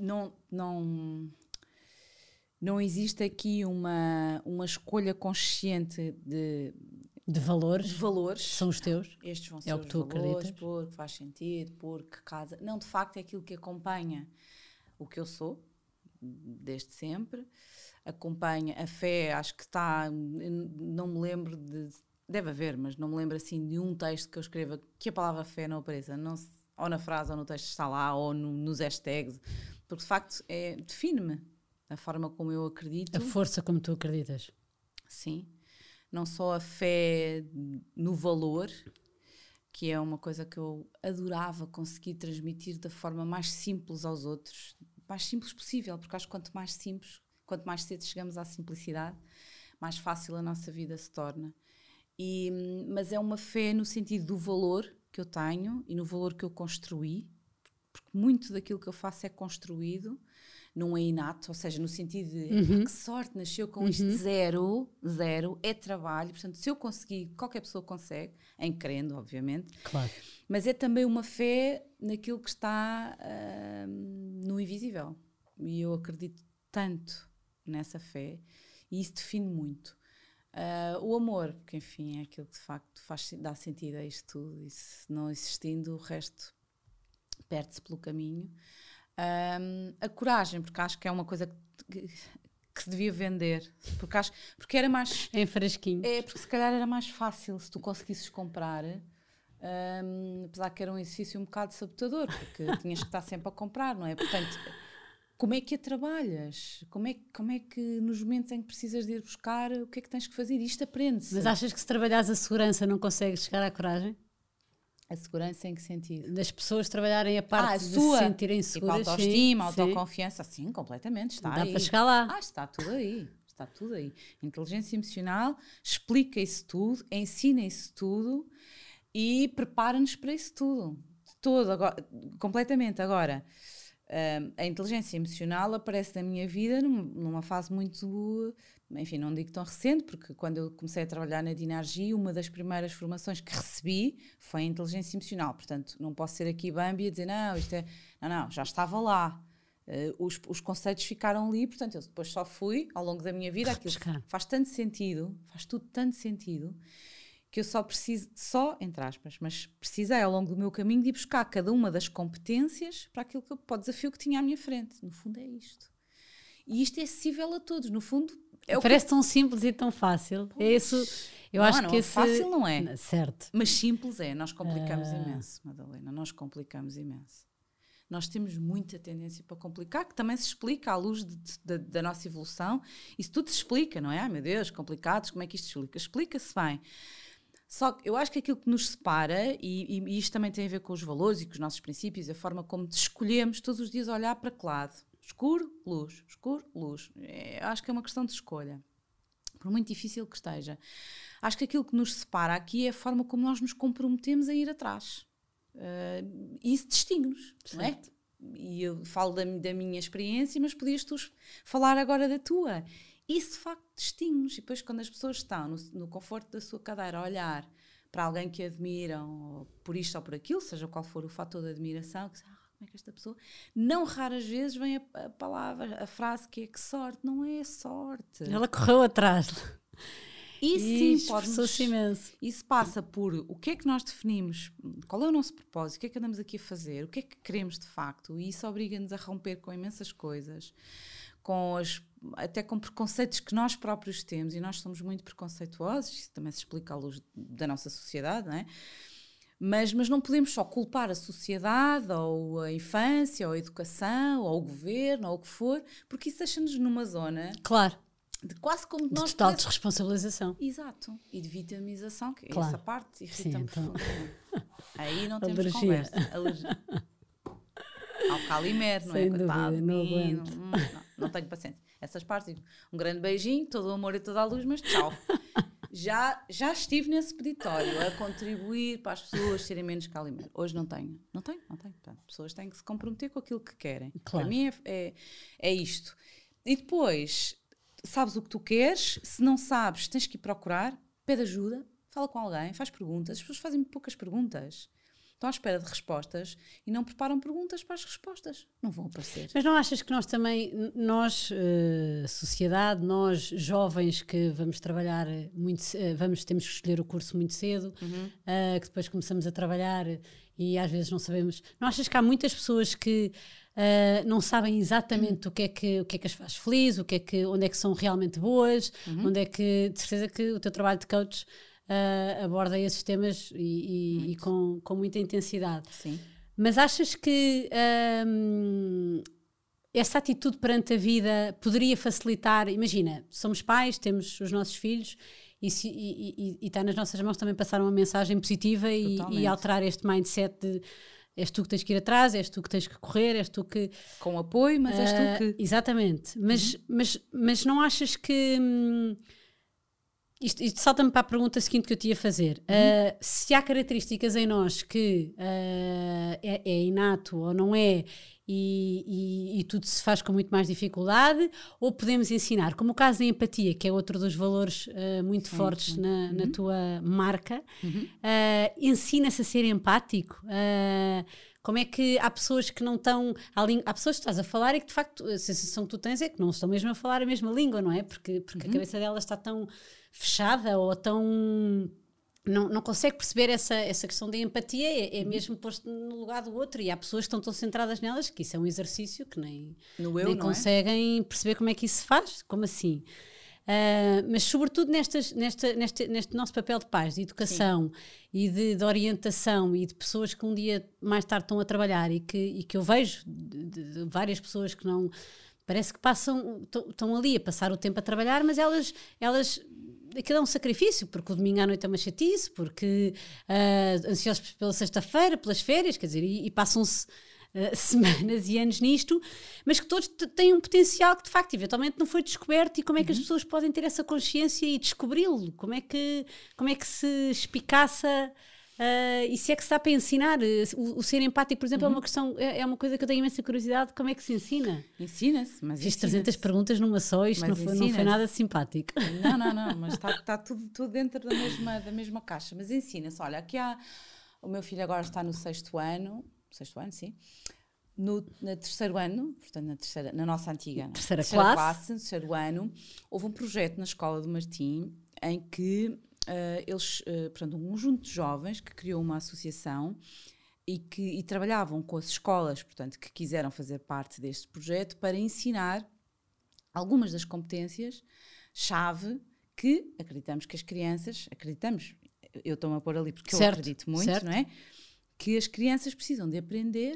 não existe aqui uma escolha consciente de valores. De valores. São os teus. Estes vão ser os valores, porque faz sentido, porque casa. Não, de facto é aquilo que acompanha o que eu sou, desde sempre. Acompanha a fé, acho que está, não me lembro de... Deve haver, mas não me lembro assim de um texto que eu escreva que a palavra fé não apareça, ou na frase ou no texto está lá, ou nos hashtags, porque de facto define-me a forma como eu acredito. A força como tu acreditas. Sim, não só a fé no valor, que é uma coisa que eu adorava conseguir transmitir da forma mais simples aos outros, mais simples possível, porque acho que quanto mais simples, quanto mais cedo chegamos à simplicidade, mais fácil a nossa vida se torna. Mas é uma fé no sentido do valor que eu tenho e no valor que eu construí, porque muito daquilo que eu faço é construído não é inato, ou seja, no sentido de que sorte, nasceu com isto, zero, é trabalho, portanto, se eu conseguir, qualquer pessoa consegue, em querendo, obviamente, Claro. mas é também uma fé naquilo que está no invisível, e eu acredito tanto nessa fé, e isso define muito. O amor, que enfim é aquilo que de facto dá sentido a isto tudo, e se não existindo, o resto perde-se pelo caminho. A coragem, porque acho que é uma coisa que se devia vender, porque era mais em frasquinhos. Porque se calhar era mais fácil se tu conseguisses comprar, apesar que era um exercício um bocado sabotador, porque tinhas que estar sempre a comprar, não é? Portanto, como é que a trabalhas? Como é que nos momentos em que precisas de ir buscar, o que é que tens que fazer? Isto aprende-se. Mas achas que se trabalhares a segurança não consegues chegar à coragem? A segurança em que sentido? Das pessoas trabalharem a parte de se sentirem seguras. Tipo, autoestima, autoconfiança, sim, completamente, está Dá aí. para chegar lá. Está tudo aí, está tudo aí. Inteligência emocional explica isso tudo, ensina isso tudo e prepara-nos para isso tudo. Todo, agora, completamente. Agora, a inteligência emocional aparece na minha vida numa fase muito, enfim, não digo tão recente, porque quando eu comecei a trabalhar na Dinargi, uma das primeiras formações que recebi foi a inteligência emocional. Portanto, não posso ser aqui Bambi a dizer, não, isto é... Não, já estava lá. Os conceitos ficaram ali, portanto, eu depois só fui, ao longo da minha vida, aquilo faz tanto sentido, faz tudo tanto sentido, que eu entre aspas, mas precisei ao longo do meu caminho de ir buscar cada uma das competências para o desafio que tinha à minha frente. No fundo é isto. E isto é acessível a todos, no fundo... Parece tão simples e tão fácil. Pois, é isso, eu acho que esse... fácil não é. Certo. Mas simples é, nós complicamos imenso, Madalena, nós complicamos imenso. Nós temos muita tendência para complicar, que também se explica à luz da nossa evolução. Isso tudo se explica, não é? Ai meu Deus, complicados, como é que isto se explica? Explica-se bem. Só que eu acho que aquilo que nos separa, e isto também tem a ver com os valores e com os nossos princípios, a forma como escolhemos todos os dias olhar para que lado. Escuro, luz. Escuro, luz. Acho que é uma questão de escolha. Por muito difícil que esteja. Acho que aquilo que nos separa aqui é a forma como nós nos comprometemos a ir atrás. E isso distingue-nos, não é? E eu falo da minha experiência, mas podias tu falar agora da tua. Isso de facto distingue-nos. E depois quando as pessoas estão no conforto da sua cadeira a olhar para alguém que admiram, ou por isto ou por aquilo, seja qual for o fator de admiração, que como é que esta pessoa... Não raras vezes vem a palavra, a frase que é que sorte. Não é sorte. Ela correu atrás. E sim, pode-se imenso. Isso passa por o que é que nós definimos, qual é o nosso propósito, o que é que andamos aqui a fazer, o que é que queremos de facto, e isso obriga-nos a romper com imensas coisas, até com preconceitos que nós próprios temos, e nós somos muito preconceituosos, isso também se explica à luz da nossa sociedade, não é? Mas não podemos só culpar a sociedade, ou a infância, ou a educação, ou o governo, ou o que for, porque isso deixa-nos numa zona... Claro. De quase como de nós total desresponsabilização. Exato. E de vitamização, que claro. Essa parte irrita-me profundamente. Aí não temos alergia. Conversa. Alergia. Ao Calimero, não é? Coitado de mim. Não tenho paciência. Essas partes, um grande beijinho, todo o amor e toda a luz, mas tchau. Já estive nesse peditório a contribuir para as pessoas serem menos Calimero. Hoje não tenho. Não tenho. Portanto, as pessoas têm que se comprometer com aquilo que querem. Claro. Para mim é isto. E depois... Sabes o que tu queres, se não sabes, tens que ir procurar, pede ajuda, fala com alguém, faz perguntas. As pessoas fazem poucas perguntas. Estão à espera de respostas e não preparam perguntas para as respostas. Não vão aparecer. Mas não achas que nós também, sociedade, nós jovens que vamos trabalhar temos que escolher o curso muito cedo, que depois começamos a trabalhar e às vezes não sabemos. Não achas que há muitas pessoas que não sabem exatamente o que é que as faz feliz, onde é que são realmente boas, onde é que, de certeza que o teu trabalho de coach aborda esses temas e com muita intensidade. Sim. Mas achas que essa atitude perante a vida poderia facilitar? Imagina, somos pais, temos os nossos filhos e está nas nossas mãos também passar uma mensagem positiva e alterar este mindset de és tu que tens que ir atrás, és tu que tens que correr, és tu que... Com apoio, mas és tu que... Exatamente. Mas não achas que... Isto salta-me para a pergunta seguinte que eu te ia fazer. Se há características em nós que é inato ou não é, e tudo se faz com muito mais dificuldade, ou podemos ensinar, como o caso da empatia, que é outro dos valores muito fortes na tua marca, ensina-se a ser empático. Como é que há pessoas que não estão... Há pessoas que estás a falar e que de facto a sensação que tu tens é que não estão mesmo a falar a mesma língua, não é? Porque a cabeça delas está tão fechada ou tão... Não consegue perceber essa questão da empatia, é mesmo posto no lugar do outro, e há pessoas que estão tão centradas nelas que isso é um exercício que nem conseguem perceber como é que isso se faz, como assim? Mas sobretudo neste nosso papel de pais, de educação e de orientação e de pessoas que um dia mais tarde estão a trabalhar e que eu vejo de várias pessoas que não... Parece que estão ali a passar o tempo a trabalhar, mas elas aquilo é um sacrifício, porque o domingo à noite é uma chatice, porque ansiosos pela sexta-feira, pelas férias, quer dizer, e passam-se semanas e anos nisto, mas que todos têm um potencial que de facto eventualmente não foi descoberto, e como é que as pessoas podem ter essa consciência e descobri-lo? Como é que se espicaça e se é que se dá para ensinar? O ser empático, por exemplo, é uma questão, é uma coisa que eu tenho imensa curiosidade. Como é que se ensina? Ensina-se, mas fiz 300 perguntas numa só, isto não foi nada simpático. Não, mas está tudo dentro da mesma caixa, mas ensina-se. Olha, o meu filho agora está no sexto ano, sim, no terceiro ano, portanto na nossa antiga terceira classe, no terceiro ano, houve um projeto na escola do Martim em que eles, portanto, um conjunto de jovens que criou uma associação e trabalhavam com as escolas, portanto, que quiseram fazer parte deste projeto para ensinar algumas das competências-chave que acreditamos que as crianças, eu estou-me a pôr ali porque eu acredito muito, não é? Que as crianças precisam de aprender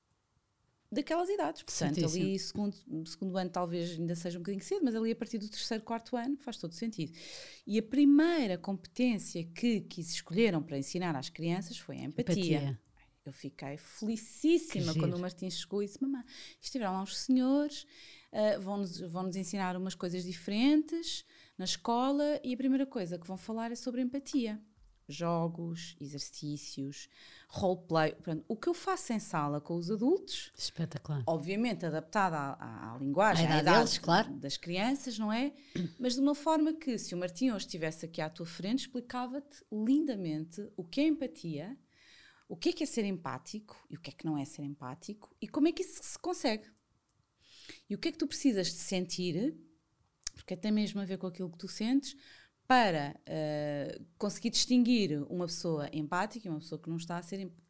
daquelas idades. Portanto, ali segundo ano talvez ainda seja um bocadinho cedo, mas ali a partir do terceiro, quarto ano faz todo sentido. E a primeira competência que escolheram para ensinar às crianças foi a empatia. Eu fiquei felicíssima quando o Martim chegou e disse: mamãe, estiveram lá uns senhores, vão-nos ensinar umas coisas diferentes na escola, e a primeira coisa que vão falar é sobre empatia. Jogos, exercícios, roleplay. Portanto, o que eu faço em sala com os adultos, espetacular, obviamente adaptada à linguagem, à idade deles, claro, das crianças, não é? Mas de uma forma que, se o Martim hoje estivesse aqui à tua frente, explicava-te lindamente o que é empatia, o que é ser empático e o que é que não é ser empático, e como é que isso se consegue. E o que é que tu precisas de sentir, porque tem mesmo a ver com aquilo que tu sentes, para conseguir distinguir uma pessoa empática e uma pessoa que não está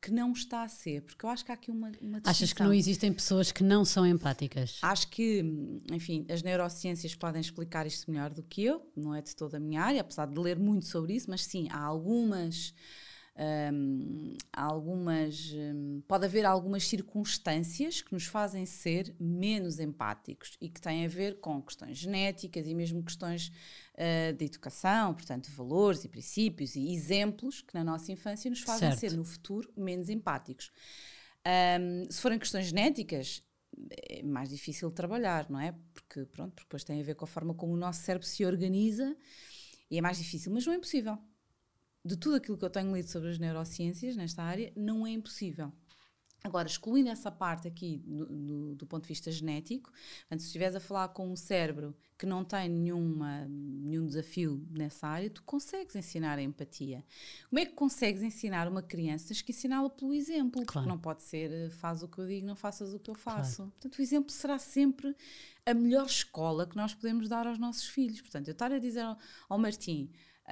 a ser, porque eu acho que há aqui uma distinção. Achas que não existem pessoas que não são empáticas? Acho que, enfim, as neurociências podem explicar isto melhor do que eu, não é de toda a minha área, apesar de ler muito sobre isso, mas sim, pode haver algumas circunstâncias que nos fazem ser menos empáticos e que têm a ver com questões genéticas e mesmo questões de educação, portanto, valores e princípios e exemplos que na nossa infância nos fazem ser no futuro menos empáticos. Se forem questões genéticas, é mais difícil de trabalhar, não é? Porque depois tem a ver com a forma como o nosso cérebro se organiza e é mais difícil, mas não é impossível. De tudo aquilo que eu tenho lido sobre as neurociências nesta área, não é impossível. Agora, excluindo essa parte aqui do ponto de vista genético, portanto, se estiveres a falar com um cérebro que não tem nenhum desafio nessa área, tu consegues ensinar a empatia. Como é que consegues ensinar uma criança? Tens que ensiná-la pelo exemplo, porque não pode ser faz o que eu digo, não faças o que eu faço. Claro. Portanto, o exemplo será sempre a melhor escola que nós podemos dar aos nossos filhos. Portanto, eu estar a dizer ao Martim,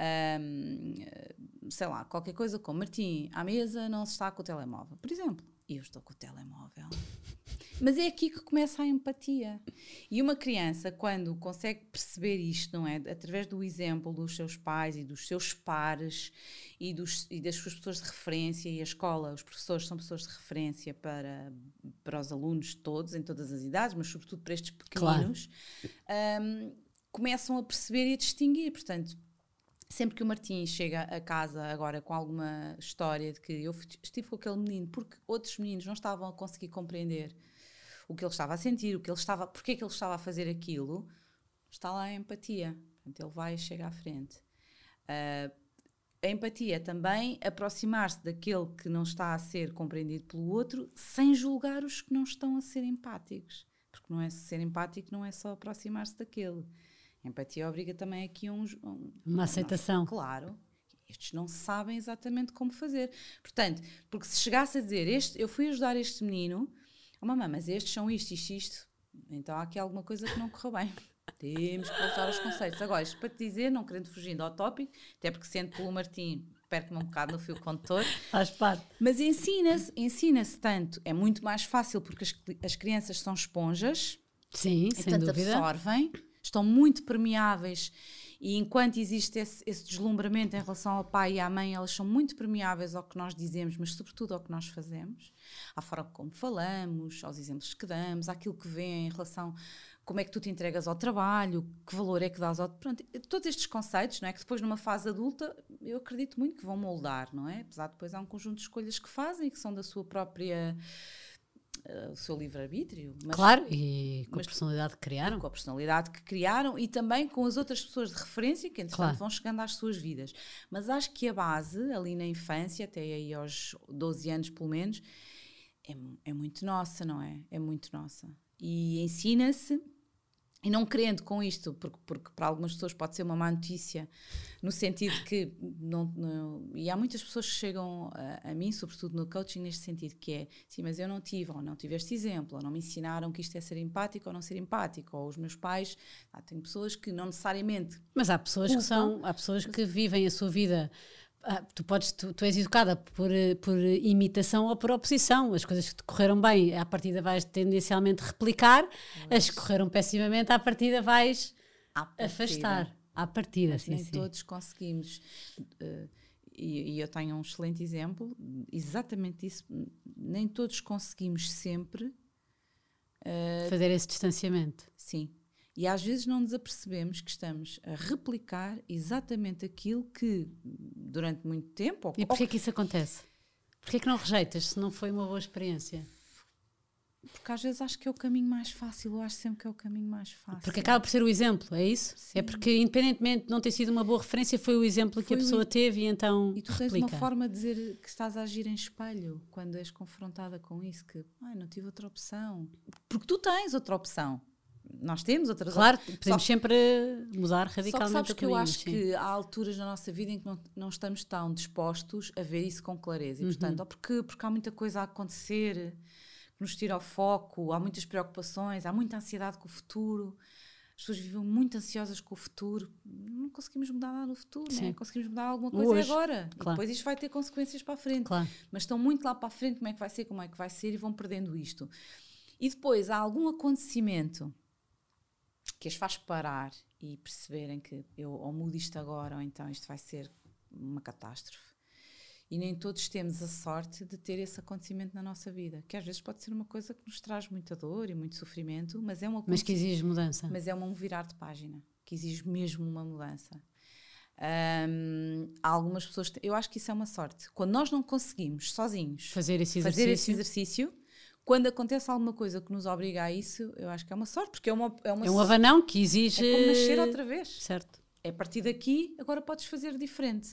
sei lá, qualquer coisa como: Martim, à mesa não se está com o telemóvel, por exemplo. E eu estou com o telemóvel. Mas é aqui que começa a empatia. E uma criança, quando consegue perceber isto, não é? Através do exemplo dos seus pais e dos seus pares e das suas pessoas de referência, e a escola, os professores são pessoas de referência para os alunos todos, em todas as idades, mas sobretudo para estes pequeninos, começam a perceber e a distinguir. Portanto, sempre que o Martim chega a casa agora com alguma história de que eu estive com aquele menino porque outros meninos não estavam a conseguir compreender o que ele estava a sentir, porque é que ele estava a fazer aquilo, está lá a empatia. Portanto, ele vai e chega à frente. A empatia é também aproximar-se daquele que não está a ser compreendido pelo outro sem julgar os que não estão a ser empáticos. Porque não é ser empático, não é só aproximar-se daquele. A empatia obriga também aqui uma aceitação. Claro. Estes não sabem exatamente como fazer. Portanto, porque se chegasse a dizer, eu fui ajudar este menino, mamãe, mas estes são isto, então há aqui alguma coisa que não correu bem. Temos que voltar aos conceitos. Agora, isto para te dizer, não querendo fugir ao tópico, até porque sendo pelo Martim, perco-me um bocado no fio condutor. Faz parte. Mas ensina-se tanto, é muito mais fácil porque as crianças são esponjas. Sim, e, sem dúvida. Absorvem, estão muito permeáveis. E enquanto existe esse deslumbramento em relação ao pai e à mãe, elas são muito permeáveis ao que nós dizemos, mas sobretudo ao que nós fazemos, à forma como falamos, aos exemplos que damos, àquilo que vem em relação como é que tu te entregas ao trabalho, que valor é que dás ao... Pronto, todos estes conceitos, não é? Que depois numa fase adulta eu acredito muito que vão moldar, não é? Apesar de depois há um conjunto de escolhas que fazem e que são da sua própria... o seu livre-arbítrio. Claro, e com a personalidade que criaram. Com a personalidade que criaram e também com as outras pessoas de referência que, entretanto, vão chegando às suas vidas. Mas acho que a base, ali na infância, até aí aos 12 anos pelo menos, é muito nossa, não é? É muito nossa. E ensina-se, e não querendo com isto, porque para algumas pessoas pode ser uma má notícia, no sentido que e há muitas pessoas que chegam a mim, sobretudo no coaching, neste sentido, que é, sim, mas eu não tive, ou não tive este exemplo, ou não me ensinaram que isto é ser empático ou não ser empático, ou os meus pais, tem pessoas que não necessariamente... Mas há pessoas há pessoas que vivem a sua vida... Tu és educada por imitação ou por oposição. As coisas que te correram bem, à partida vais tendencialmente replicar, as que correram pessimamente, à partida vais afastar. À partida, sim, nem todos conseguimos. E eu tenho um excelente exemplo, exatamente isso. Nem todos conseguimos sempre fazer esse distanciamento. Sim. E às vezes não nos apercebemos que estamos a replicar exatamente aquilo que durante muito tempo... E porquê que isso acontece? Porquê que não rejeitas se não foi uma boa experiência? Porque às vezes acho que é o caminho mais fácil, eu acho sempre que é o caminho mais fácil. Porque acaba por ser o exemplo, é isso? Sim. É porque independentemente de não ter sido uma boa referência, foi o exemplo que a pessoa teve e então E tu tens uma forma de dizer que estás a agir em espelho quando és confrontada com isso, que não tive outra opção. Porque tu tens outra opção. Nós temos outras Claro, podemos sempre mudar radicalmente. Só que sabes que eu acho sim. que há alturas na nossa vida em que não estamos tão dispostos a ver isso com clareza. E, portanto, ou porque há muita coisa a acontecer que nos tira o foco, há muitas preocupações, há muita ansiedade com o futuro. As pessoas vivem muito ansiosas com o futuro. Não conseguimos mudar nada no futuro, né? Conseguimos mudar alguma coisa hoje, agora. Claro. E depois isto vai ter consequências para a frente. Claro. Mas estão muito lá para a frente, como é que vai ser, e vão perdendo isto. E depois há algum acontecimento que as faz parar e perceberem que eu ou mudo isto agora ou então isto vai ser uma catástrofe. E nem todos temos a sorte de ter esse acontecimento na nossa vida, que às vezes pode ser uma coisa que nos traz muita dor e muito sofrimento, mas mas que exige mudança. Mas é um virar de página, que exige mesmo uma mudança. Há algumas pessoas... Eu acho que isso é uma sorte. Quando nós não conseguimos, sozinhos, fazer esse exercício, quando acontece alguma coisa que nos obriga a isso, eu acho que é uma sorte, porque é um abanão que exige... É como nascer outra vez. Certo. É a partir daqui, agora podes fazer diferente.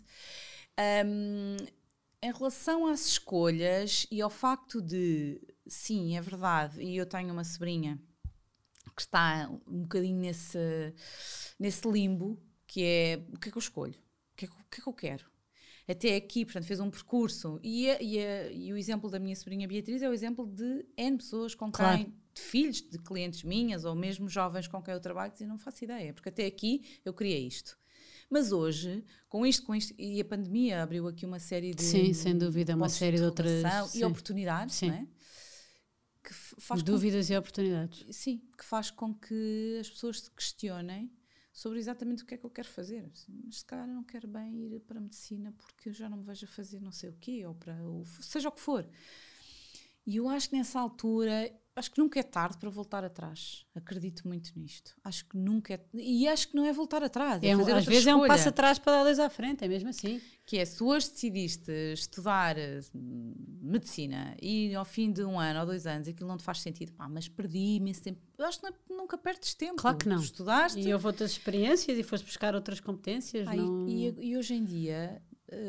Em relação às escolhas e ao facto de, sim, é verdade, e eu tenho uma sobrinha que está um bocadinho nesse limbo, que é, o que é que eu escolho? O que é que eu quero? Até aqui, portanto, fez um percurso. E o exemplo da minha sobrinha Beatriz é o exemplo de N pessoas com quem, de filhos de clientes minhas, ou mesmo jovens com quem eu trabalho, que dizem, não faço ideia, porque até aqui eu queria isto. Mas hoje, com isto, e a pandemia abriu aqui uma série de... Sim, sem dúvida, uma série de outras... E oportunidades, sim. Não é? Que faz dúvidas e oportunidades. Sim, que faz com que as pessoas se questionem sobre exatamente o que é que eu quero fazer. Mas se calhar eu não quero bem ir para a medicina porque eu já não me vejo a fazer não sei o quê, ou seja o que for. E eu acho que nessa altura acho que nunca é tarde para voltar atrás. Acredito muito nisto. Acho que nunca é... E acho que não é voltar atrás, é fazer às outra vezes escolha. é um passo atrás para dar 2 à frente, é mesmo assim. Que é, se hoje decidiste estudar medicina e ao fim de 1 ano ou 2 anos aquilo não te faz sentido, mas perdi imenso tempo. Eu acho que nunca perdes tempo. Claro que não. Tu estudaste. E houve outras experiências e foste buscar outras competências. E hoje em dia...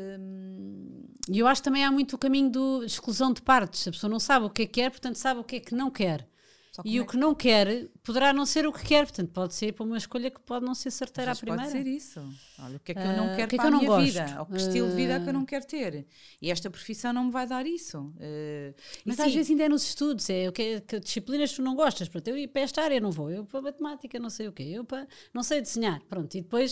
E eu acho que também há muito o caminho de exclusão de partes. A pessoa não sabe o que é que quer, portanto sabe o que é que não quer. E o que não quer poderá não ser o que quer, portanto pode ser para uma escolha que pode não ser certeira à primeira. Pode ser isso. Olha, o que é que eu não quero que para a minha gosto? vida? Ou que estilo de vida é que eu não quero ter? E esta profissão não me vai dar isso. Mas às vezes ainda é nos estudos, que disciplinas tu não gostas. Pronto, eu para esta área não vou, eu para matemática não sei o quê, eu para não sei desenhar. Pronto, e depois...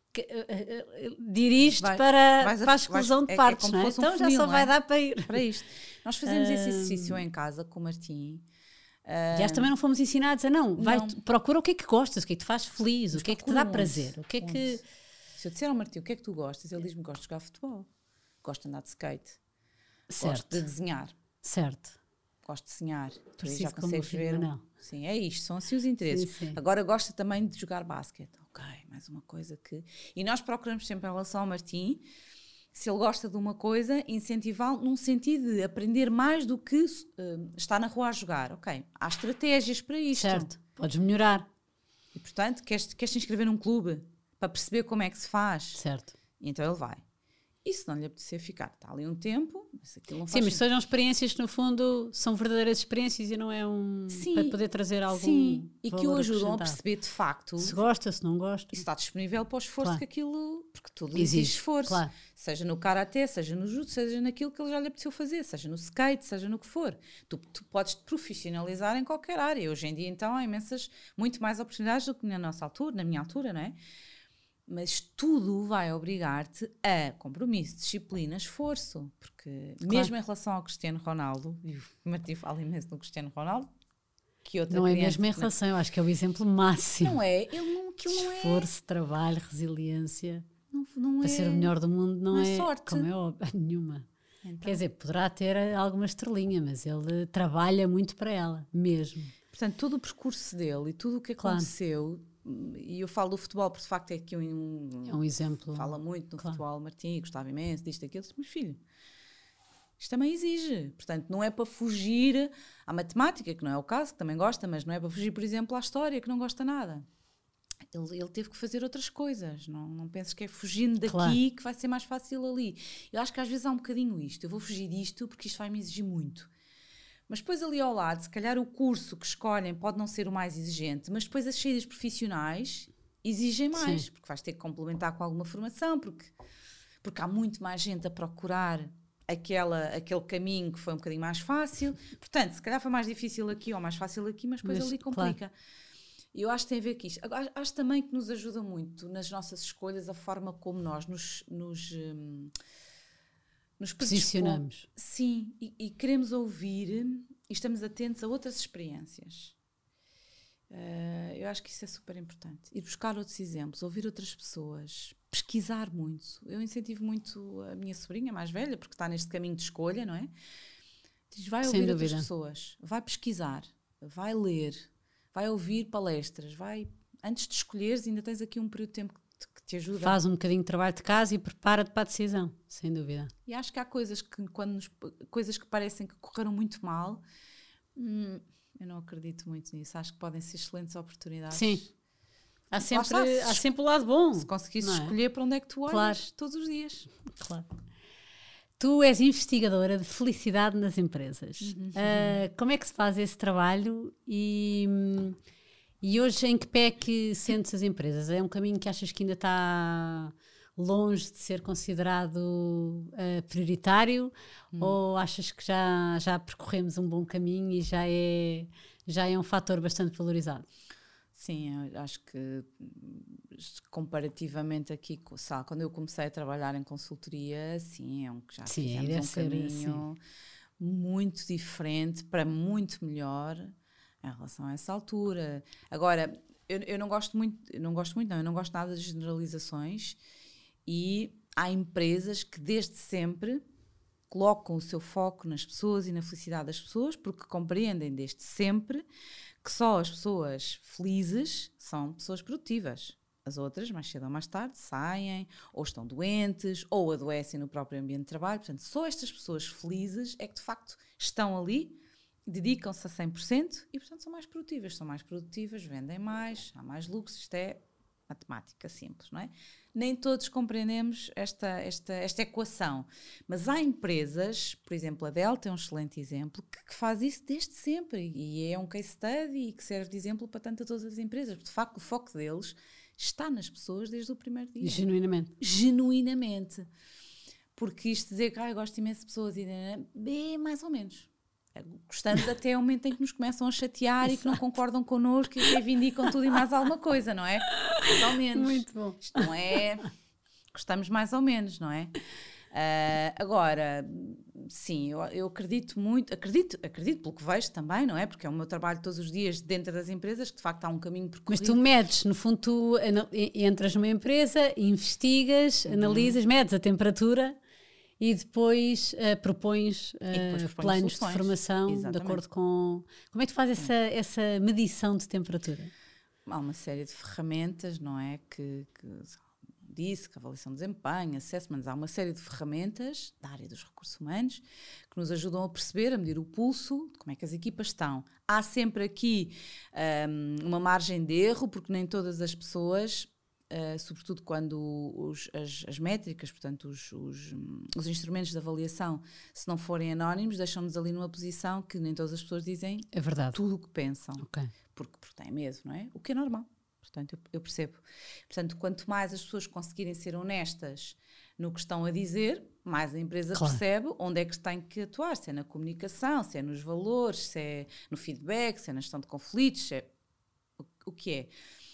dirige-te para a exclusão de partes, não é? Então já só vai dar para ir. Para isto. Nós fazemos esse exercício em casa com o Martim. Aliás, também não fomos ensinados a não. Procura o que é que gostas, o que é que te faz feliz, o que é que te dá prazer. O que é que... Se eu disser ao Martim o que é que tu gostas, ele diz-me: gosto de jogar futebol, gosto de andar de skate, gosto de desenhar. Certo. Gosto de desenhar. Tu Preciso já consegues ver. Não. Sim, é isto, são assim os interesses. Sim. Agora gosta também de jogar basquete. Ok, mais uma coisa que... E nós procuramos sempre, em relação ao Martim, se ele gosta de uma coisa, incentivá-lo num sentido de aprender mais do que estar na rua a jogar. Ok, há estratégias para isto. Certo, podes melhorar. E portanto, queres te inscrever num clube para perceber como é que se faz. Certo. E então ele vai. E se não lhe apetecer ficar, está ali um tempo, mas aquilo não faz... Sim, mas sejam experiências que no fundo são verdadeiras experiências e não é para poder trazer algum... Sim, e que o ajudam a acrescentado. perceber de facto... Se gosta, se não gosta. E se está disponível para o esforço que aquilo... Porque tudo exige esforço. Claro. Seja no karaté, seja no judo, seja naquilo que ele já lhe apeteceu fazer, seja no skate, seja no que for. Tu podes te profissionalizar em qualquer área. Hoje em dia, então, há muito mais oportunidades do que na nossa altura, na minha altura, não é? Mas tudo vai obrigar-te a compromisso, disciplina, esforço. Porque mesmo em relação ao Cristiano Ronaldo, e o Martim fala imenso no Cristiano Ronaldo, que outra não é criança, mesmo em relação, eu acho que é o exemplo máximo. Não é? Aquilo não é... Esforço, trabalho, resiliência. Não para ser o melhor do mundo não é sorte. Como é óbvio, nenhuma. Então. Quer dizer, poderá ter alguma estrelinha, mas ele trabalha muito para ela, mesmo. Portanto, todo o percurso dele e tudo o que aconteceu... E eu falo do futebol porque de facto é aqui é um exemplo. Fala muito no futebol, Martim, gostava imenso disto, daquilo, mas filho, isto também exige, portanto não é para fugir à matemática, que não é o caso, que também gosta, mas não é para fugir, por exemplo, à história, que não gosta nada. Ele teve que fazer outras coisas, não penses que é fugindo daqui que vai ser mais fácil ali. Eu acho que às vezes há um bocadinho isto, eu vou fugir disto porque isto vai me exigir muito. Mas depois ali ao lado, se calhar o curso que escolhem pode não ser o mais exigente, mas depois as saídas profissionais exigem mais, Sim. porque vais ter que complementar com alguma formação, porque há muito mais gente a procurar aquele caminho que foi um bocadinho mais fácil. Portanto, se calhar foi mais difícil aqui ou mais fácil aqui, mas depois ali complica. E eu acho que tem a ver com isto. Acho também que nos ajuda muito nas nossas escolhas a forma como nós nos posicionamos. Sim, e queremos ouvir e estamos atentos a outras experiências. Eu acho que isso é super importante. Ir buscar outros exemplos, ouvir outras pessoas, pesquisar muito. Eu incentivo muito a minha sobrinha mais velha, porque está neste caminho de escolha, não é? Diz, vai ouvir outras pessoas, vai pesquisar, vai ler, vai ouvir palestras, antes de escolheres, ainda tens aqui um período de tempo que te ajuda. Faz um bocadinho de trabalho de casa e prepara-te para a decisão, sem dúvida. E acho que há coisas que parecem que correram muito mal, eu não acredito muito nisso. Acho que podem ser excelentes oportunidades. Sim. Há sempre o lado bom. Se conseguires escolher para onde é que tu olhas todos os dias. Claro. Tu és investigadora de felicidade nas empresas. Como é que se faz esse trabalho e hoje em que pé é que sentes as empresas? É um caminho que achas que ainda está longe de ser considerado prioritário ou achas que já percorremos um bom caminho e já é um fator bastante valorizado? Sim, eu acho que comparativamente aqui, sabe, quando eu comecei a trabalhar em consultoria, sim, já fizemos um caminho muito diferente, para muito melhor em relação a essa altura. Agora, eu não gosto nada de generalizações e há empresas que desde sempre colocam o seu foco nas pessoas e na felicidade das pessoas, porque compreendem desde sempre que só as pessoas felizes são pessoas produtivas. As outras, mais cedo ou mais tarde, saem, ou estão doentes, ou adoecem no próprio ambiente de trabalho. Portanto, só estas pessoas felizes é que, de facto, estão ali, dedicam-se a 100% e, portanto, são mais produtivas. São mais produtivas, vendem mais, há mais lucro. Isto é matemática simples, não é? Nem todos compreendemos esta equação. Mas há empresas, por exemplo, a Delta é um excelente exemplo, que faz isso desde sempre. E é um case study e que serve de exemplo para todas as empresas. De facto, o foco deles está nas pessoas desde o primeiro dia. Genuinamente. Porque isto dizer que eu gosto imenso de pessoas, é mais ou menos. Gostamos até o momento em que nos começam a chatear e que não concordam connosco e que reivindicam tudo e mais alguma coisa, não é? Mais ou menos. Muito bom. Isto não é... Gostamos mais ou menos, não é? Agora, sim, eu acredito muito, acredito pelo que vejo também, não é? Porque é o meu trabalho todos os dias dentro das empresas, que de facto há um caminho percorrido. Mas tu medes, no fundo tu entras numa empresa, investigas, analisas, medes a temperatura e depois propões planos de formação. Exatamente. De acordo com... Como é que tu fazes essa medição de temperatura? Há uma série de ferramentas, não é? Que avaliação de desempenho, assessments, há uma série de ferramentas da área dos recursos humanos que nos ajudam a perceber, a medir o pulso, de como é que as equipas estão. Há sempre aqui uma margem de erro, porque nem todas as pessoas, sobretudo quando as métricas, portanto os instrumentos de avaliação, se não forem anónimos, deixam-nos ali numa posição que nem todas as pessoas dizem tudo o que pensam, porque têm medo, não é? O que é normal. Portanto, eu percebo. Portanto, quanto mais as pessoas conseguirem ser honestas no que estão a dizer, mais a empresa percebe onde é que tem que atuar. Se é na comunicação, se é nos valores, se é no feedback, se é na gestão de conflitos, se é o que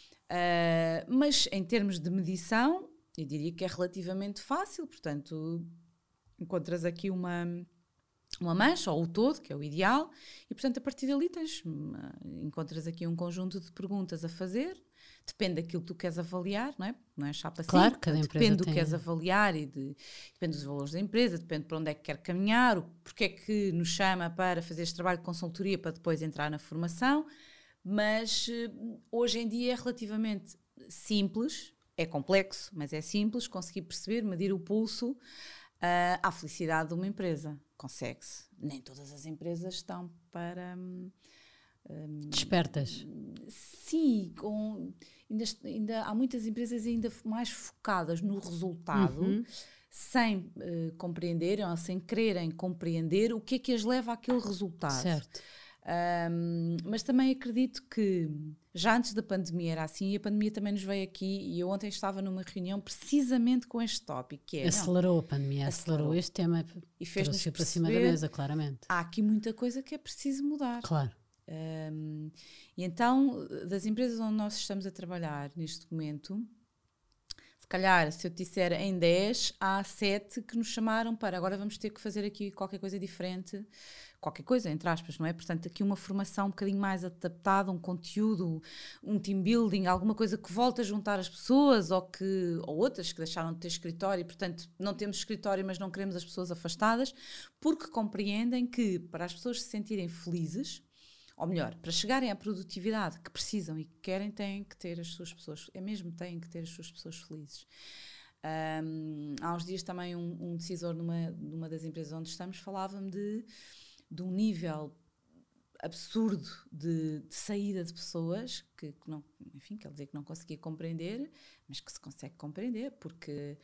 é. Mas, em termos de medição, eu diria que é relativamente fácil. Portanto, encontras aqui uma mancha, ou o todo, que é o ideal, e, portanto, a partir dali encontras aqui um conjunto de perguntas a fazer. Depende daquilo que tu queres avaliar, não é chapa assim. Claro, cada empresa depende do que queres avaliar e depende dos valores da empresa, depende para onde é que quer caminhar, porque é que nos chama para fazer este trabalho de consultoria para depois entrar na formação, mas hoje em dia é relativamente simples, é complexo, mas é simples conseguir perceber, medir o pulso à felicidade de uma empresa. Consegue-se. Nem todas as empresas estão para... despertas. Sim, ainda há muitas empresas ainda mais focadas no resultado, sem compreenderem ou sem quererem compreender o que é que as leva àquele resultado. Certo. Mas também acredito que já antes da pandemia era assim, e a pandemia também nos veio aqui, e eu ontem estava numa reunião precisamente com este tópico, que é... Acelerou a pandemia, acelerou este tema e fez-nos para cima da mesa, claramente. Há aqui muita coisa que é preciso mudar. Claro. E então, das empresas onde nós estamos a trabalhar neste momento, se calhar, se eu te disser em 10, há 7 que nos chamaram para agora vamos ter que fazer aqui qualquer coisa diferente, qualquer coisa, entre aspas, não é? Portanto, aqui uma formação um bocadinho mais adaptada, um conteúdo, um team building, alguma coisa que volte a juntar as pessoas ou outras que deixaram de ter escritório e, portanto, não temos escritório, mas não queremos as pessoas afastadas, porque compreendem que para as pessoas se sentirem felizes, ou melhor, para chegarem à produtividade que precisam e que querem, têm que ter as suas pessoas, têm que ter as suas pessoas felizes. Há uns dias também um decisor numa das empresas onde estamos falava-me de um nível absurdo de saída de pessoas que não, enfim, quer dizer que não conseguia compreender, mas que se consegue compreender, porque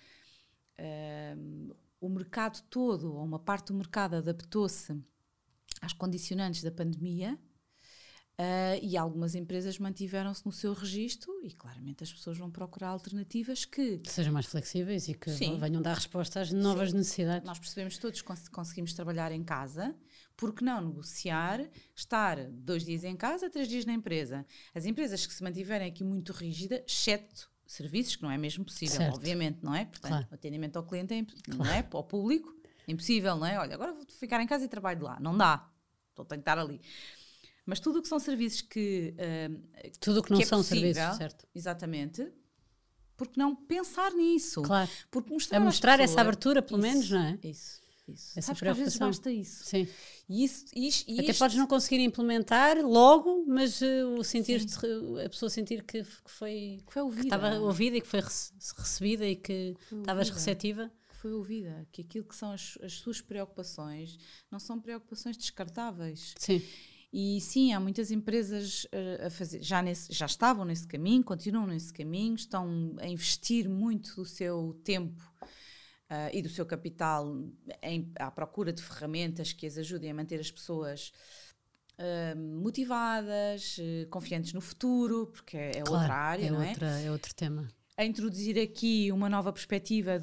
o mercado todo, ou uma parte do mercado adaptou-se às condicionantes da pandemia. E algumas empresas mantiveram-se no seu registro e claramente as pessoas vão procurar alternativas que sejam mais flexíveis e que venham dar resposta às novas necessidades. Nós percebemos todos que conseguimos trabalhar em casa, porque não negociar, estar 2 dias em casa, 3 dias na empresa. As empresas que se mantiverem aqui muito rígidas, exceto serviços, que não é mesmo possível, certo. Obviamente, não é? Portanto, o atendimento ao cliente não é, para o público, é impossível, não é? Olha, agora vou ficar em casa e trabalho de lá. Não dá, então tenho que estar ali. Mas tudo o que são serviços que... tudo o que não são possível, serviços, certo. Exatamente. Porque não pensar nisso? Claro. Porque mostrar mostrar essa abertura, pelo menos, não é? Isso. isso. Essa Sabes que às vezes preocupação. basta isso. Sim. E Até isto, podes não conseguir implementar logo, mas o sentir a pessoa sentir que foi que foi ouvida. que estava ouvida e que foi recebida e que estavas ouvida. receptiva. Que foi ouvida, que aquilo que são as suas preocupações não são preocupações descartáveis. Sim. E sim, há muitas empresas a fazer, já estavam nesse caminho, continuam nesse caminho, estão a investir muito do seu tempo e do seu capital à procura de ferramentas que as ajudem a manter as pessoas motivadas, confiantes no futuro, porque é Claro, outra área, não é? É outro tema. A introduzir aqui uma nova perspectiva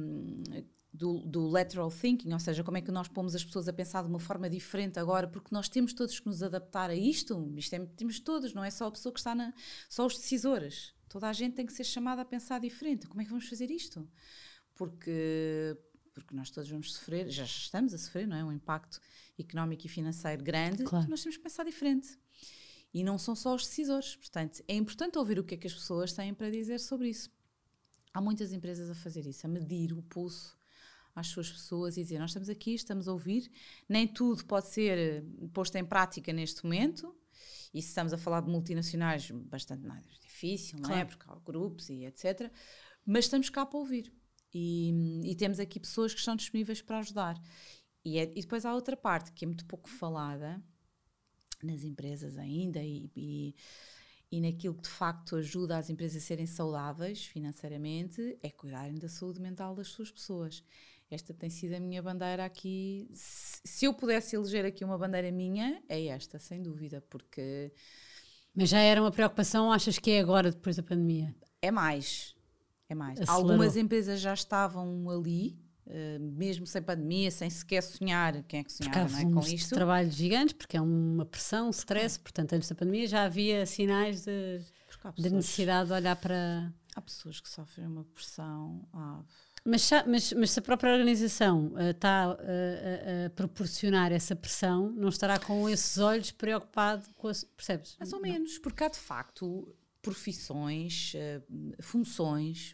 do lateral thinking, ou seja, como é que nós pomos as pessoas a pensar de uma forma diferente agora, porque nós temos todos que nos adaptar a isto, temos todos, não é só a pessoa que está só os decisores, toda a gente tem que ser chamada a pensar diferente. Como é que vamos fazer isto? Porque nós todos vamos sofrer, já estamos a sofrer, não é? Um impacto económico e financeiro grande, claro. Nós temos que pensar diferente. E não são só os decisores, portanto, é importante ouvir o que é que as pessoas têm para dizer sobre isso. Há muitas empresas a fazer isso, a medir o pulso às suas pessoas e dizer, nós estamos aqui, estamos a ouvir, nem tudo pode ser posto em prática neste momento, e se estamos a falar de multinacionais, bastante mais difícil, não é? Porque há grupos e etc. Mas estamos cá para ouvir. E temos aqui pessoas que estão disponíveis para ajudar. E depois há outra parte que é muito pouco falada nas empresas ainda e naquilo que de facto ajuda as empresas a serem saudáveis financeiramente, é cuidarem da saúde mental das suas pessoas. Esta tem sido a minha bandeira aqui. Se eu pudesse eleger aqui uma bandeira minha, é esta, sem dúvida, porque... Mas já era uma preocupação, ou achas que é agora, depois da pandemia? É mais. Acelerou. Algumas empresas já estavam ali, mesmo sem pandemia, sem sequer sonhar. Quem é que sonhava, não é, com isto? De trabalho gigantes, porque é uma pressão, stress, portanto antes da pandemia já havia sinais de necessidade de olhar para... Há pessoas que sofrem uma pressão... Mas se a própria organização está a proporcionar essa pressão, não estará com esses olhos preocupado com a... Percebes? Mais ou menos, porque há de facto profissões, funções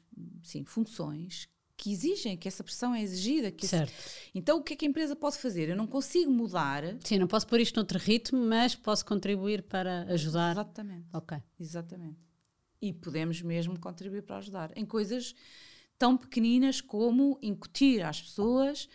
que exigem, que essa pressão é exigida. Certo. Então o que é que a empresa pode fazer? Eu não consigo mudar... Sim, não posso pôr isto noutro ritmo, mas posso contribuir para ajudar. Exatamente. Ok. Exatamente. E podemos mesmo contribuir para ajudar em coisas tão pequeninas como incutir às pessoas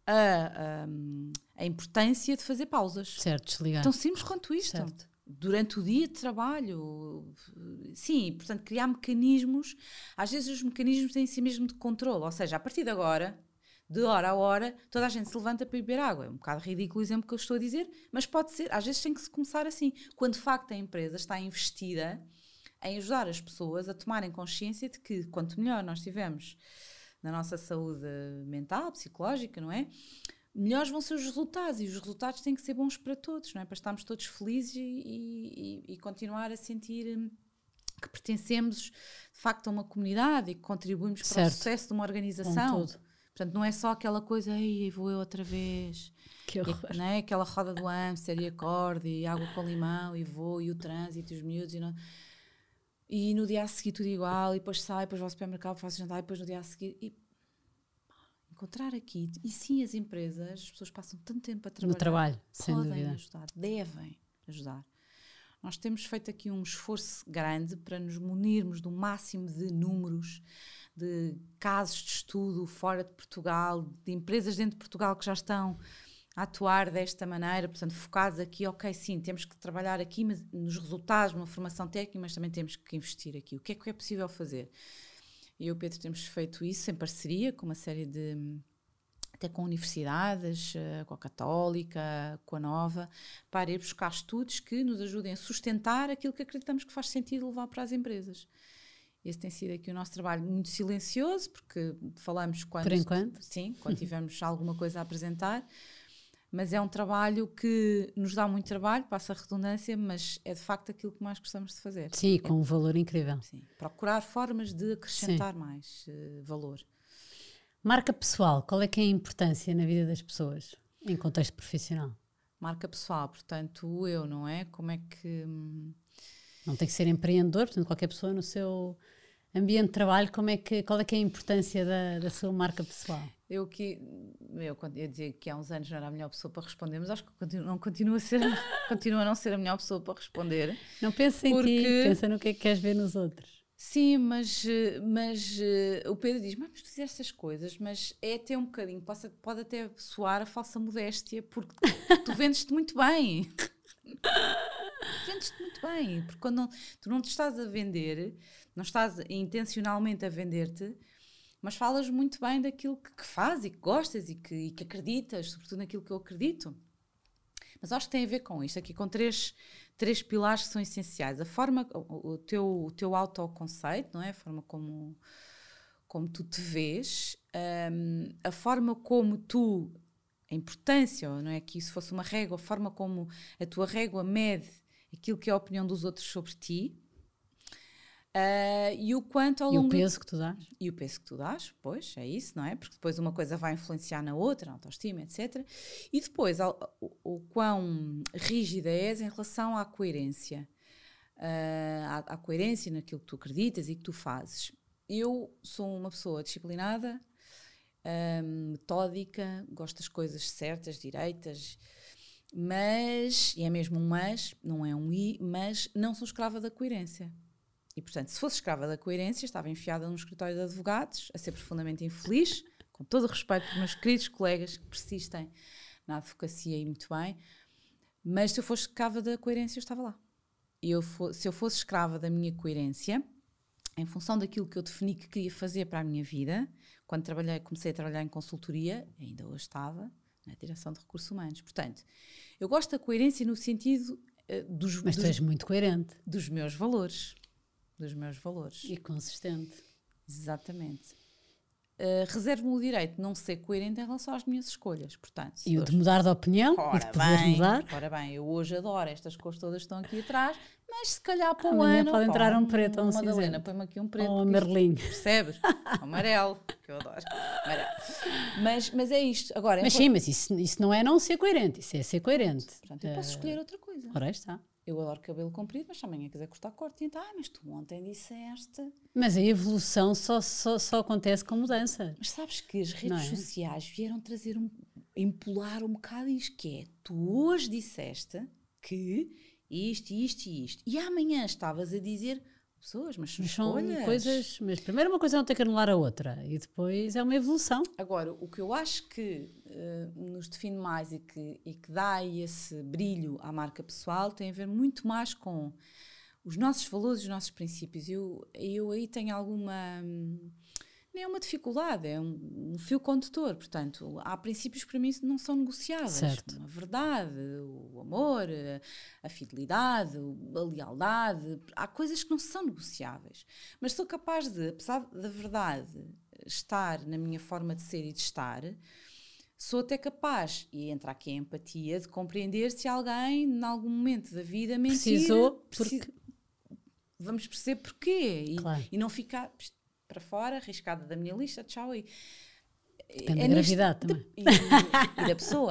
a importância de fazer pausas. Certo, desligar. Tão simples quanto isto. Certo. Durante o dia de trabalho. Sim, portanto, criar mecanismos. Às vezes os mecanismos têm em si mesmo de controle. Ou seja, a partir de agora, de hora a hora, toda a gente se levanta para beber água. É um bocado ridículo o exemplo que eu estou a dizer, mas pode ser. Às vezes tem que se começar assim. Quando de facto a empresa está investida em ajudar as pessoas a tomarem consciência de que quanto melhor nós tivermos na nossa saúde mental, psicológica, não é? Melhores vão ser os resultados, e os resultados têm que ser bons para todos, não é? Para estarmos todos felizes e continuar a sentir que pertencemos de facto a uma comunidade e que contribuímos para o sucesso de uma organização. Portanto, não é só aquela coisa, ei, vou eu outra vez, que horror. Não é? Aquela roda do hamster e acorde e água com limão e vou e o trânsito e os miúdos e não... E no dia a seguir tudo igual, e depois sai, depois vou ao supermercado, faço jantar, e depois no dia a seguir... encontrar aqui, e sim as empresas, as pessoas passam tanto tempo a trabalhar. No trabalho, sem dúvida. Podem ajudar, devem ajudar. Nós temos feito aqui um esforço grande para nos munirmos do máximo de números, de casos de estudo fora de Portugal, de empresas dentro de Portugal que já estão a atuar desta maneira, portanto, focados aqui, ok, sim, temos que trabalhar aqui mas nos resultados, numa formação técnica, mas também temos que investir aqui. O que é possível fazer? E eu e o Pedro temos feito isso em parceria com uma série de... até com universidades, com a Católica, com a Nova, para ir buscar estudos que nos ajudem a sustentar aquilo que acreditamos que faz sentido levar para as empresas. Esse tem sido aqui o nosso trabalho, muito silencioso, porque falamos quando... Por enquanto. Sim, quando tivermos alguma coisa a apresentar. Mas é um trabalho que nos dá muito trabalho, passa a redundância, mas é de facto aquilo que mais gostamos de fazer. Sim, com um valor incrível. Sim, procurar formas de acrescentar mais valor. Marca pessoal, qual é que é a importância na vida das pessoas, em contexto profissional? Marca pessoal, portanto, eu, não é? Como é que... Não tem que ser empreendedor, portanto, qualquer pessoa no seu ambiente de trabalho, qual é que é a importância da sua marca pessoal? Eu dizia que há uns anos não era a melhor pessoa para responder, mas acho que continua a não ser a melhor pessoa para responder. Não pensa em ti, pensa no que é que queres ver nos outros. Sim, mas o Pedro diz, mas tu dizes estas coisas, mas é até um bocadinho, pode até soar a falsa modéstia, porque tu vendes-te muito bem. Vendes-te muito bem, porque quando tu não te estás a vender, não estás intencionalmente a vender-te, mas falas muito bem daquilo que fazes e que gostas e que acreditas, sobretudo naquilo que eu acredito. Mas acho que tem a ver com isto, aqui com três pilares que são essenciais. A forma, o teu autoconceito, não é? A forma como tu te vês, a forma como tu, a importância, não é que isso fosse uma régua, a forma como a tua régua mede aquilo que é a opinião dos outros sobre ti, e o quanto ao longo... E o peso que tu dás. E o peso que tu dás, pois, é isso, não é? Porque depois uma coisa vai influenciar na outra, a autoestima, etc. E depois, o quão rígida és em relação à coerência. À coerência naquilo que tu acreditas e que tu fazes. Eu sou uma pessoa disciplinada, metódica, gosto das coisas certas, direitas, mas, e é mesmo um mas, não é um i, mas não sou escrava da coerência. E, portanto, se fosse escrava da coerência, estava enfiada num escritório de advogados, a ser profundamente infeliz, com todo o respeito pelos meus queridos colegas que persistem na advocacia e muito bem, mas se eu fosse escrava da coerência, eu estava lá. Se eu fosse escrava da minha coerência, em função daquilo que eu defini que queria fazer para a minha vida, quando comecei a trabalhar em consultoria, ainda hoje estava na direção de recursos humanos. Portanto, eu gosto da coerência no sentido Mas tu és muito coerente. Dos meus valores. Dos meus valores. E consistente. Exatamente. Reservo-me o direito de não ser coerente em relação às minhas escolhas, portanto. E o de mudar de opinião e de poder mudar. Ora bem, eu hoje adoro estas cores todas que estão aqui atrás, mas se calhar para o amanhã ano... pode entrar um preto ou um Madalena, cinzento. põe-me aqui um preto. Ou um amarelo. Percebes? Amarelo, que eu adoro. Amarelo. Mas é isto. Agora, mas sim, mas isso não é não ser coerente, isso é ser coerente. Portanto, eu posso escolher outra coisa. Ora, está. Eu adoro cabelo comprido, mas se amanhã quiser cortar, corte. Então, mas tu ontem disseste... Mas a evolução só acontece com mudança. Mas sabes que as redes sociais vieram trazer empolar um bocado isto, que é, tu hoje disseste que isto, isto e isto. E amanhã estavas a dizer... Pessoas, mas são coisas, mas primeiro uma coisa não tem que anular a outra e depois é uma evolução. Agora, o que eu acho que nos define mais e que dá esse brilho à marca pessoal tem a ver muito mais com os nossos valores e os nossos princípios. Eu aí tenho alguma... Nem é uma dificuldade, é um fio condutor. Portanto, há princípios que para mim não são negociáveis. Certo. A verdade, o amor, a fidelidade, a lealdade. Há coisas que não são negociáveis. Mas sou capaz de, apesar da verdade estar na minha forma de ser e de estar, sou até capaz, e entra aqui a empatia, de compreender se alguém, em algum momento da vida, precisou, vamos perceber porquê. Claro. E não ficar... para fora, arriscada da minha lista, tchau. Depende da gravidade também. E da pessoa.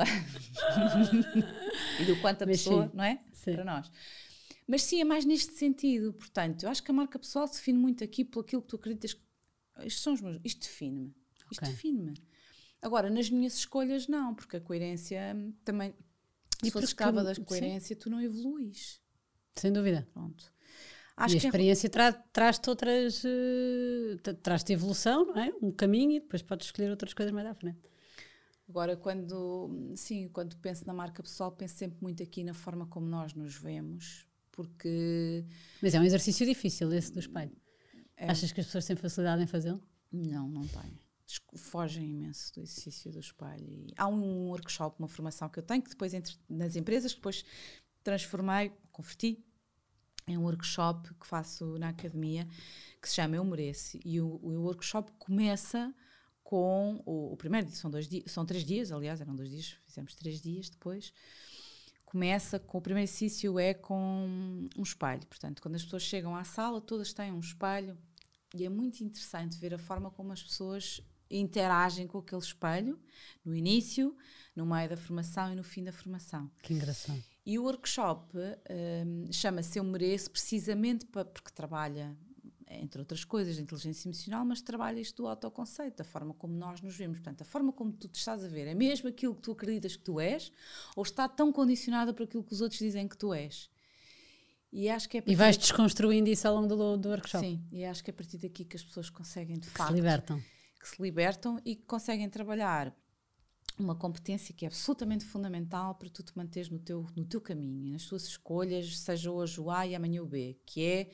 E do quanto a pessoa, não é? Sim. Para nós. Mas sim, é mais neste sentido. Portanto, eu acho que a marca pessoal se define muito aqui por aquilo que tu acreditas. Isto define-me. Isto define-me. Agora, nas minhas escolhas, não, porque a coerência também... Se fores escrava da coerência, tu não evoluís. Sem dúvida. Pronto. Acho e a experiência traz-te outras... traz-te evolução, não é? Um caminho e depois podes escolher outras coisas mais à frente. Agora, quando penso na marca pessoal, penso sempre muito aqui na forma como nós nos vemos, porque... Mas é um exercício difícil esse do espelho. Achas que as pessoas têm facilidade em fazê-lo? Não têm. Fogem imenso do exercício do espelho. E há um workshop, uma formação que eu tenho, que depois nas empresas, que depois converti em um workshop que faço na academia, que se chama Eu Mereço. E o workshop começa com o primeiro dia, são 3 dias, aliás, eram 2 dias, fizemos 3 dias depois. Começa com o primeiro exercício com um espelho. Portanto, quando as pessoas chegam à sala, todas têm um espelho e é muito interessante ver a forma como as pessoas interagem com aquele espelho no início, no meio da formação e no fim da formação. Que engraçado. E o workshop chama-se Eu Mereço precisamente porque trabalha entre outras coisas, da inteligência emocional, mas trabalha isto do autoconceito, da forma como nós nos vemos. Portanto, a forma como tu te estás a ver é mesmo aquilo que tu acreditas que tu és, ou está tão condicionada por aquilo que os outros dizem que tu és? E acho que é E vais desconstruindo isso ao longo do workshop. Sim, e acho que é a partir daqui que as pessoas conseguem, de que facto, se libertam e que conseguem trabalhar uma competência que é absolutamente fundamental para tu te manteres no teu caminho, nas tuas escolhas, seja hoje o A e amanhã o B, que é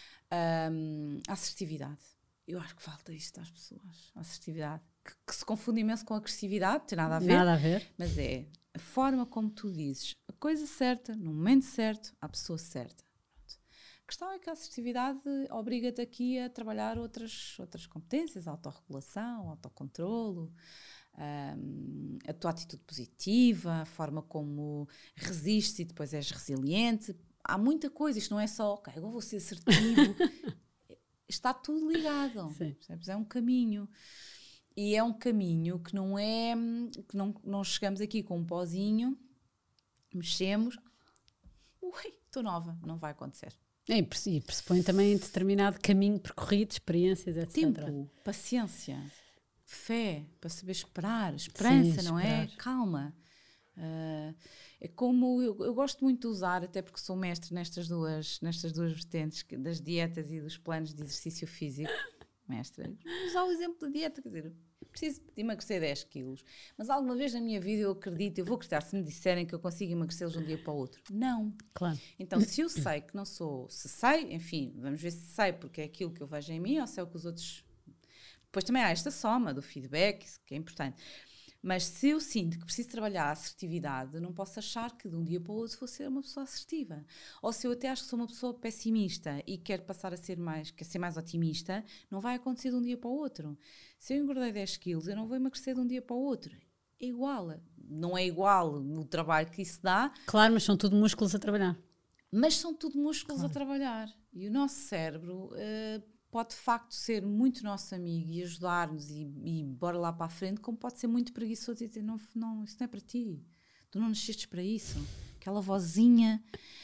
a assertividade. Eu acho que falta isto às pessoas, a assertividade, que se confunde imenso com agressividade, não tem nada a ver. Nada a ver. Mas é a forma como tu dizes a coisa certa, no momento certo, à pessoa certa. Pronto. A questão é que a assertividade obriga-te aqui a trabalhar outras competências, a autorregulação, autocontrolo, a tua atitude positiva, a forma como resistes e depois és resiliente. Há muita coisa, isto não é só, ok, agora vou ser assertivo. Está tudo ligado. Percebes? É um caminho. E é um caminho que não é, que não chegamos aqui com um pozinho, mexemos, estou nova, não vai acontecer. E pressupõe também determinado caminho percorrido, experiências, etc. Tempo, paciência, fé, para saber esperar, esperança, não é? Calma. É como eu gosto muito de usar, até porque sou mestre nestas duas vertentes, das dietas e dos planos de exercício físico. Mestre, usar o exemplo da dieta, quer dizer, preciso de emagrecer 10 quilos, mas alguma vez na minha vida eu vou acreditar se me disserem que eu consigo emagrecê-los de um dia para o outro. Não. Claro. Então, se eu sei que não sou, se sei, enfim, vamos ver se sei porque é aquilo que eu vejo em mim ou se é o que os outros... Depois também há esta soma do feedback, isso que é importante. Mas se eu sinto que preciso trabalhar a assertividade, não posso achar que de um dia para o outro vou ser uma pessoa assertiva. Ou se eu até acho que sou uma pessoa pessimista e quero passar a ser mais otimista, não vai acontecer de um dia para o outro. Se eu engordei 10 quilos, eu não vou emagrecer de um dia para o outro. É igual. Não é igual o trabalho que isso dá. Claro, mas são tudo músculos a trabalhar. Mas são tudo músculos a trabalhar. E o nosso cérebro... pode de facto ser muito nosso amigo e ajudar-nos e bora lá para a frente, como pode ser muito preguiçoso e dizer, não, isso não é para ti, tu não nasceste para isso. Aquela vozinha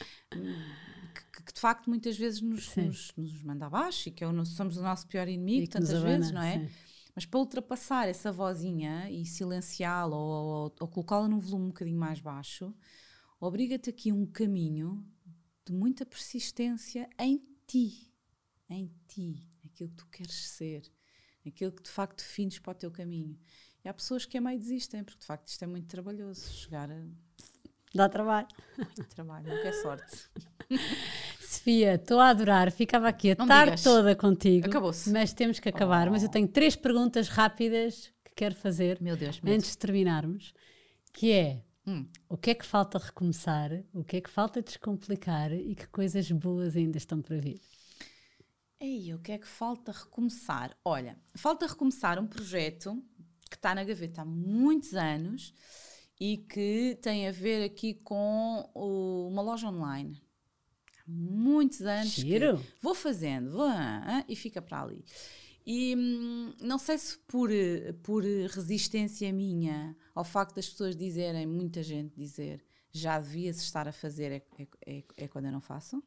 que de facto muitas vezes nos manda abaixo e que somos o nosso pior inimigo tantas vezes, não é? Sim. Mas para ultrapassar essa vozinha e silenciá-la ou colocá-la num volume um bocadinho mais baixo, obriga-te aqui um caminho de muita persistência em ti, aquilo que tu queres ser, aquilo que de facto defines para o teu caminho. E há pessoas que a meio desistem, porque de facto isto é muito trabalhoso, chegar a... Dá trabalho. Muito trabalho, nunca é sorte. Sofia, estou a adorar, ficava aqui a tarde toda contigo. Acabou-se. Mas temos que acabar, mas eu tenho 3 perguntas rápidas que quero fazer. Meu Deus, antes de terminarmos, que é... O que é que falta recomeçar, o que é que falta descomplicar e que coisas boas ainda estão para vir? O que é que falta recomeçar? Olha, falta recomeçar um projeto que está na gaveta há muitos anos e que tem a ver aqui com uma loja online. Há muitos anos que vou fazendo, e fica para ali. E não sei se por resistência minha ao facto das pessoas dizerem, muita gente dizer, já devias estar a fazer, é quando eu não faço.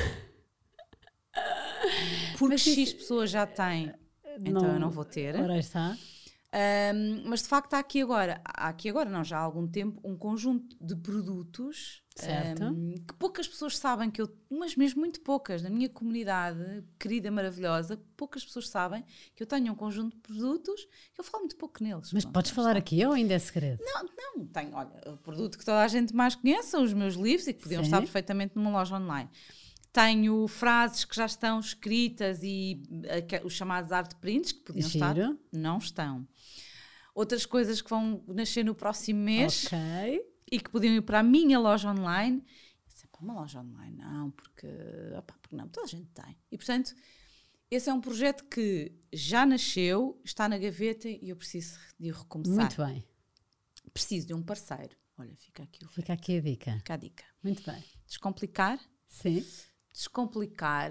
Porque X pessoas já têm, então eu não vou ter. Ora está. Mas de facto há aqui agora não, já há algum tempo, um conjunto de produtos que poucas pessoas sabem mas mesmo muito poucas, na minha comunidade querida, maravilhosa, poucas pessoas sabem que eu tenho um conjunto de produtos que eu falo muito pouco neles. Mas podes falar aqui ou ainda é segredo? Não, tenho, olha, o produto que toda a gente mais conhece são os meus livros e que podiam estar perfeitamente numa loja online. Tenho frases que já estão escritas e os chamados art prints que podiam estar, não estão. Outras coisas que vão nascer no próximo mês e que podiam ir para a minha loja online. Isso é para uma loja online? Não, porque não, toda a gente tem. E portanto, esse é um projeto que já nasceu, está na gaveta e eu preciso de o recomeçar. Muito bem. Preciso de um parceiro. Olha, fica aqui a dica. Fica a dica. Muito bem. Descomplicar. Sim. Descomplicar,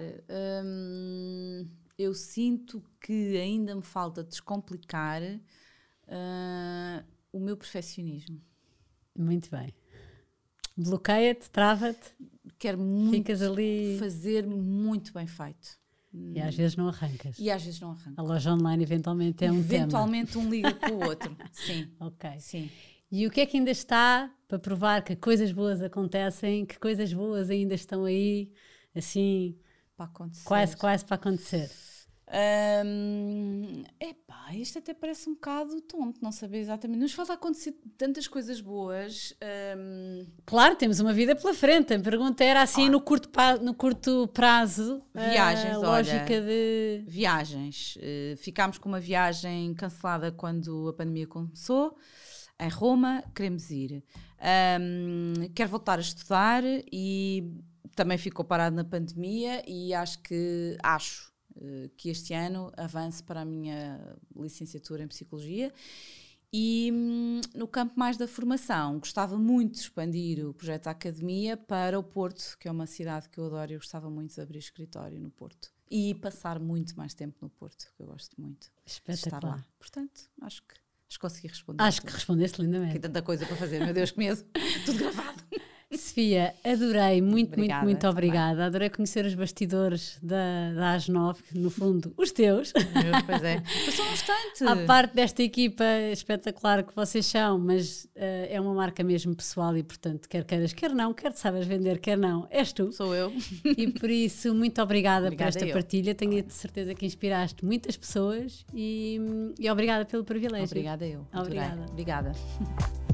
eu sinto que ainda me falta descomplicar o meu perfeccionismo. Muito bem. Bloqueia-te, trava-te. Quero muito ficas ali... fazer muito bem feito. E às vezes não arrancas. E às vezes não arranco. A loja online eventualmente é um tema. Eventualmente um liga com o outro. Sim. Ok. Sim. E o que é que ainda está para provar que coisas boas acontecem, que coisas boas ainda estão aí, assim, Para acontecer. quase para acontecer? Epá, isto até parece um bocado tonto, não saber exatamente. Nos falta acontecer tantas coisas boas. Claro, temos uma vida pela frente. A pergunta era assim, no curto prazo, Viagens, a olha. lógica de... Viagens. Ficámos com uma viagem cancelada quando a pandemia começou. Em Roma, queremos ir. Quero voltar a estudar e também ficou parado na pandemia e acho que que este ano avance para a minha licenciatura em Psicologia. E no campo mais da formação, gostava muito de expandir o projeto da Academia para o Porto, que é uma cidade que eu adoro e eu gostava muito de abrir escritório no Porto. E passar muito mais tempo no Porto, que eu gosto muito de estar lá. Portanto, acho que consegui responder. Acho que respondeste lindamente. Tem tanta coisa para fazer, meu Deus, que medo. Tudo gravado. Sofia, adorei, muito Obrigada, obrigada. Adorei conhecer os bastidores da AS9, no fundo, os teus. Pois é. Passou um instante. À parte desta equipa espetacular que vocês são, mas é uma marca mesmo pessoal e, portanto, quer queiras, quer não, quer te sabes vender, quer não, és tu. Sou eu. E por isso, muito obrigada por esta eu. partilha. Tenho a certeza que inspiraste muitas pessoas e obrigada pelo privilégio. Obrigada eu. Obrigada. Obrigada.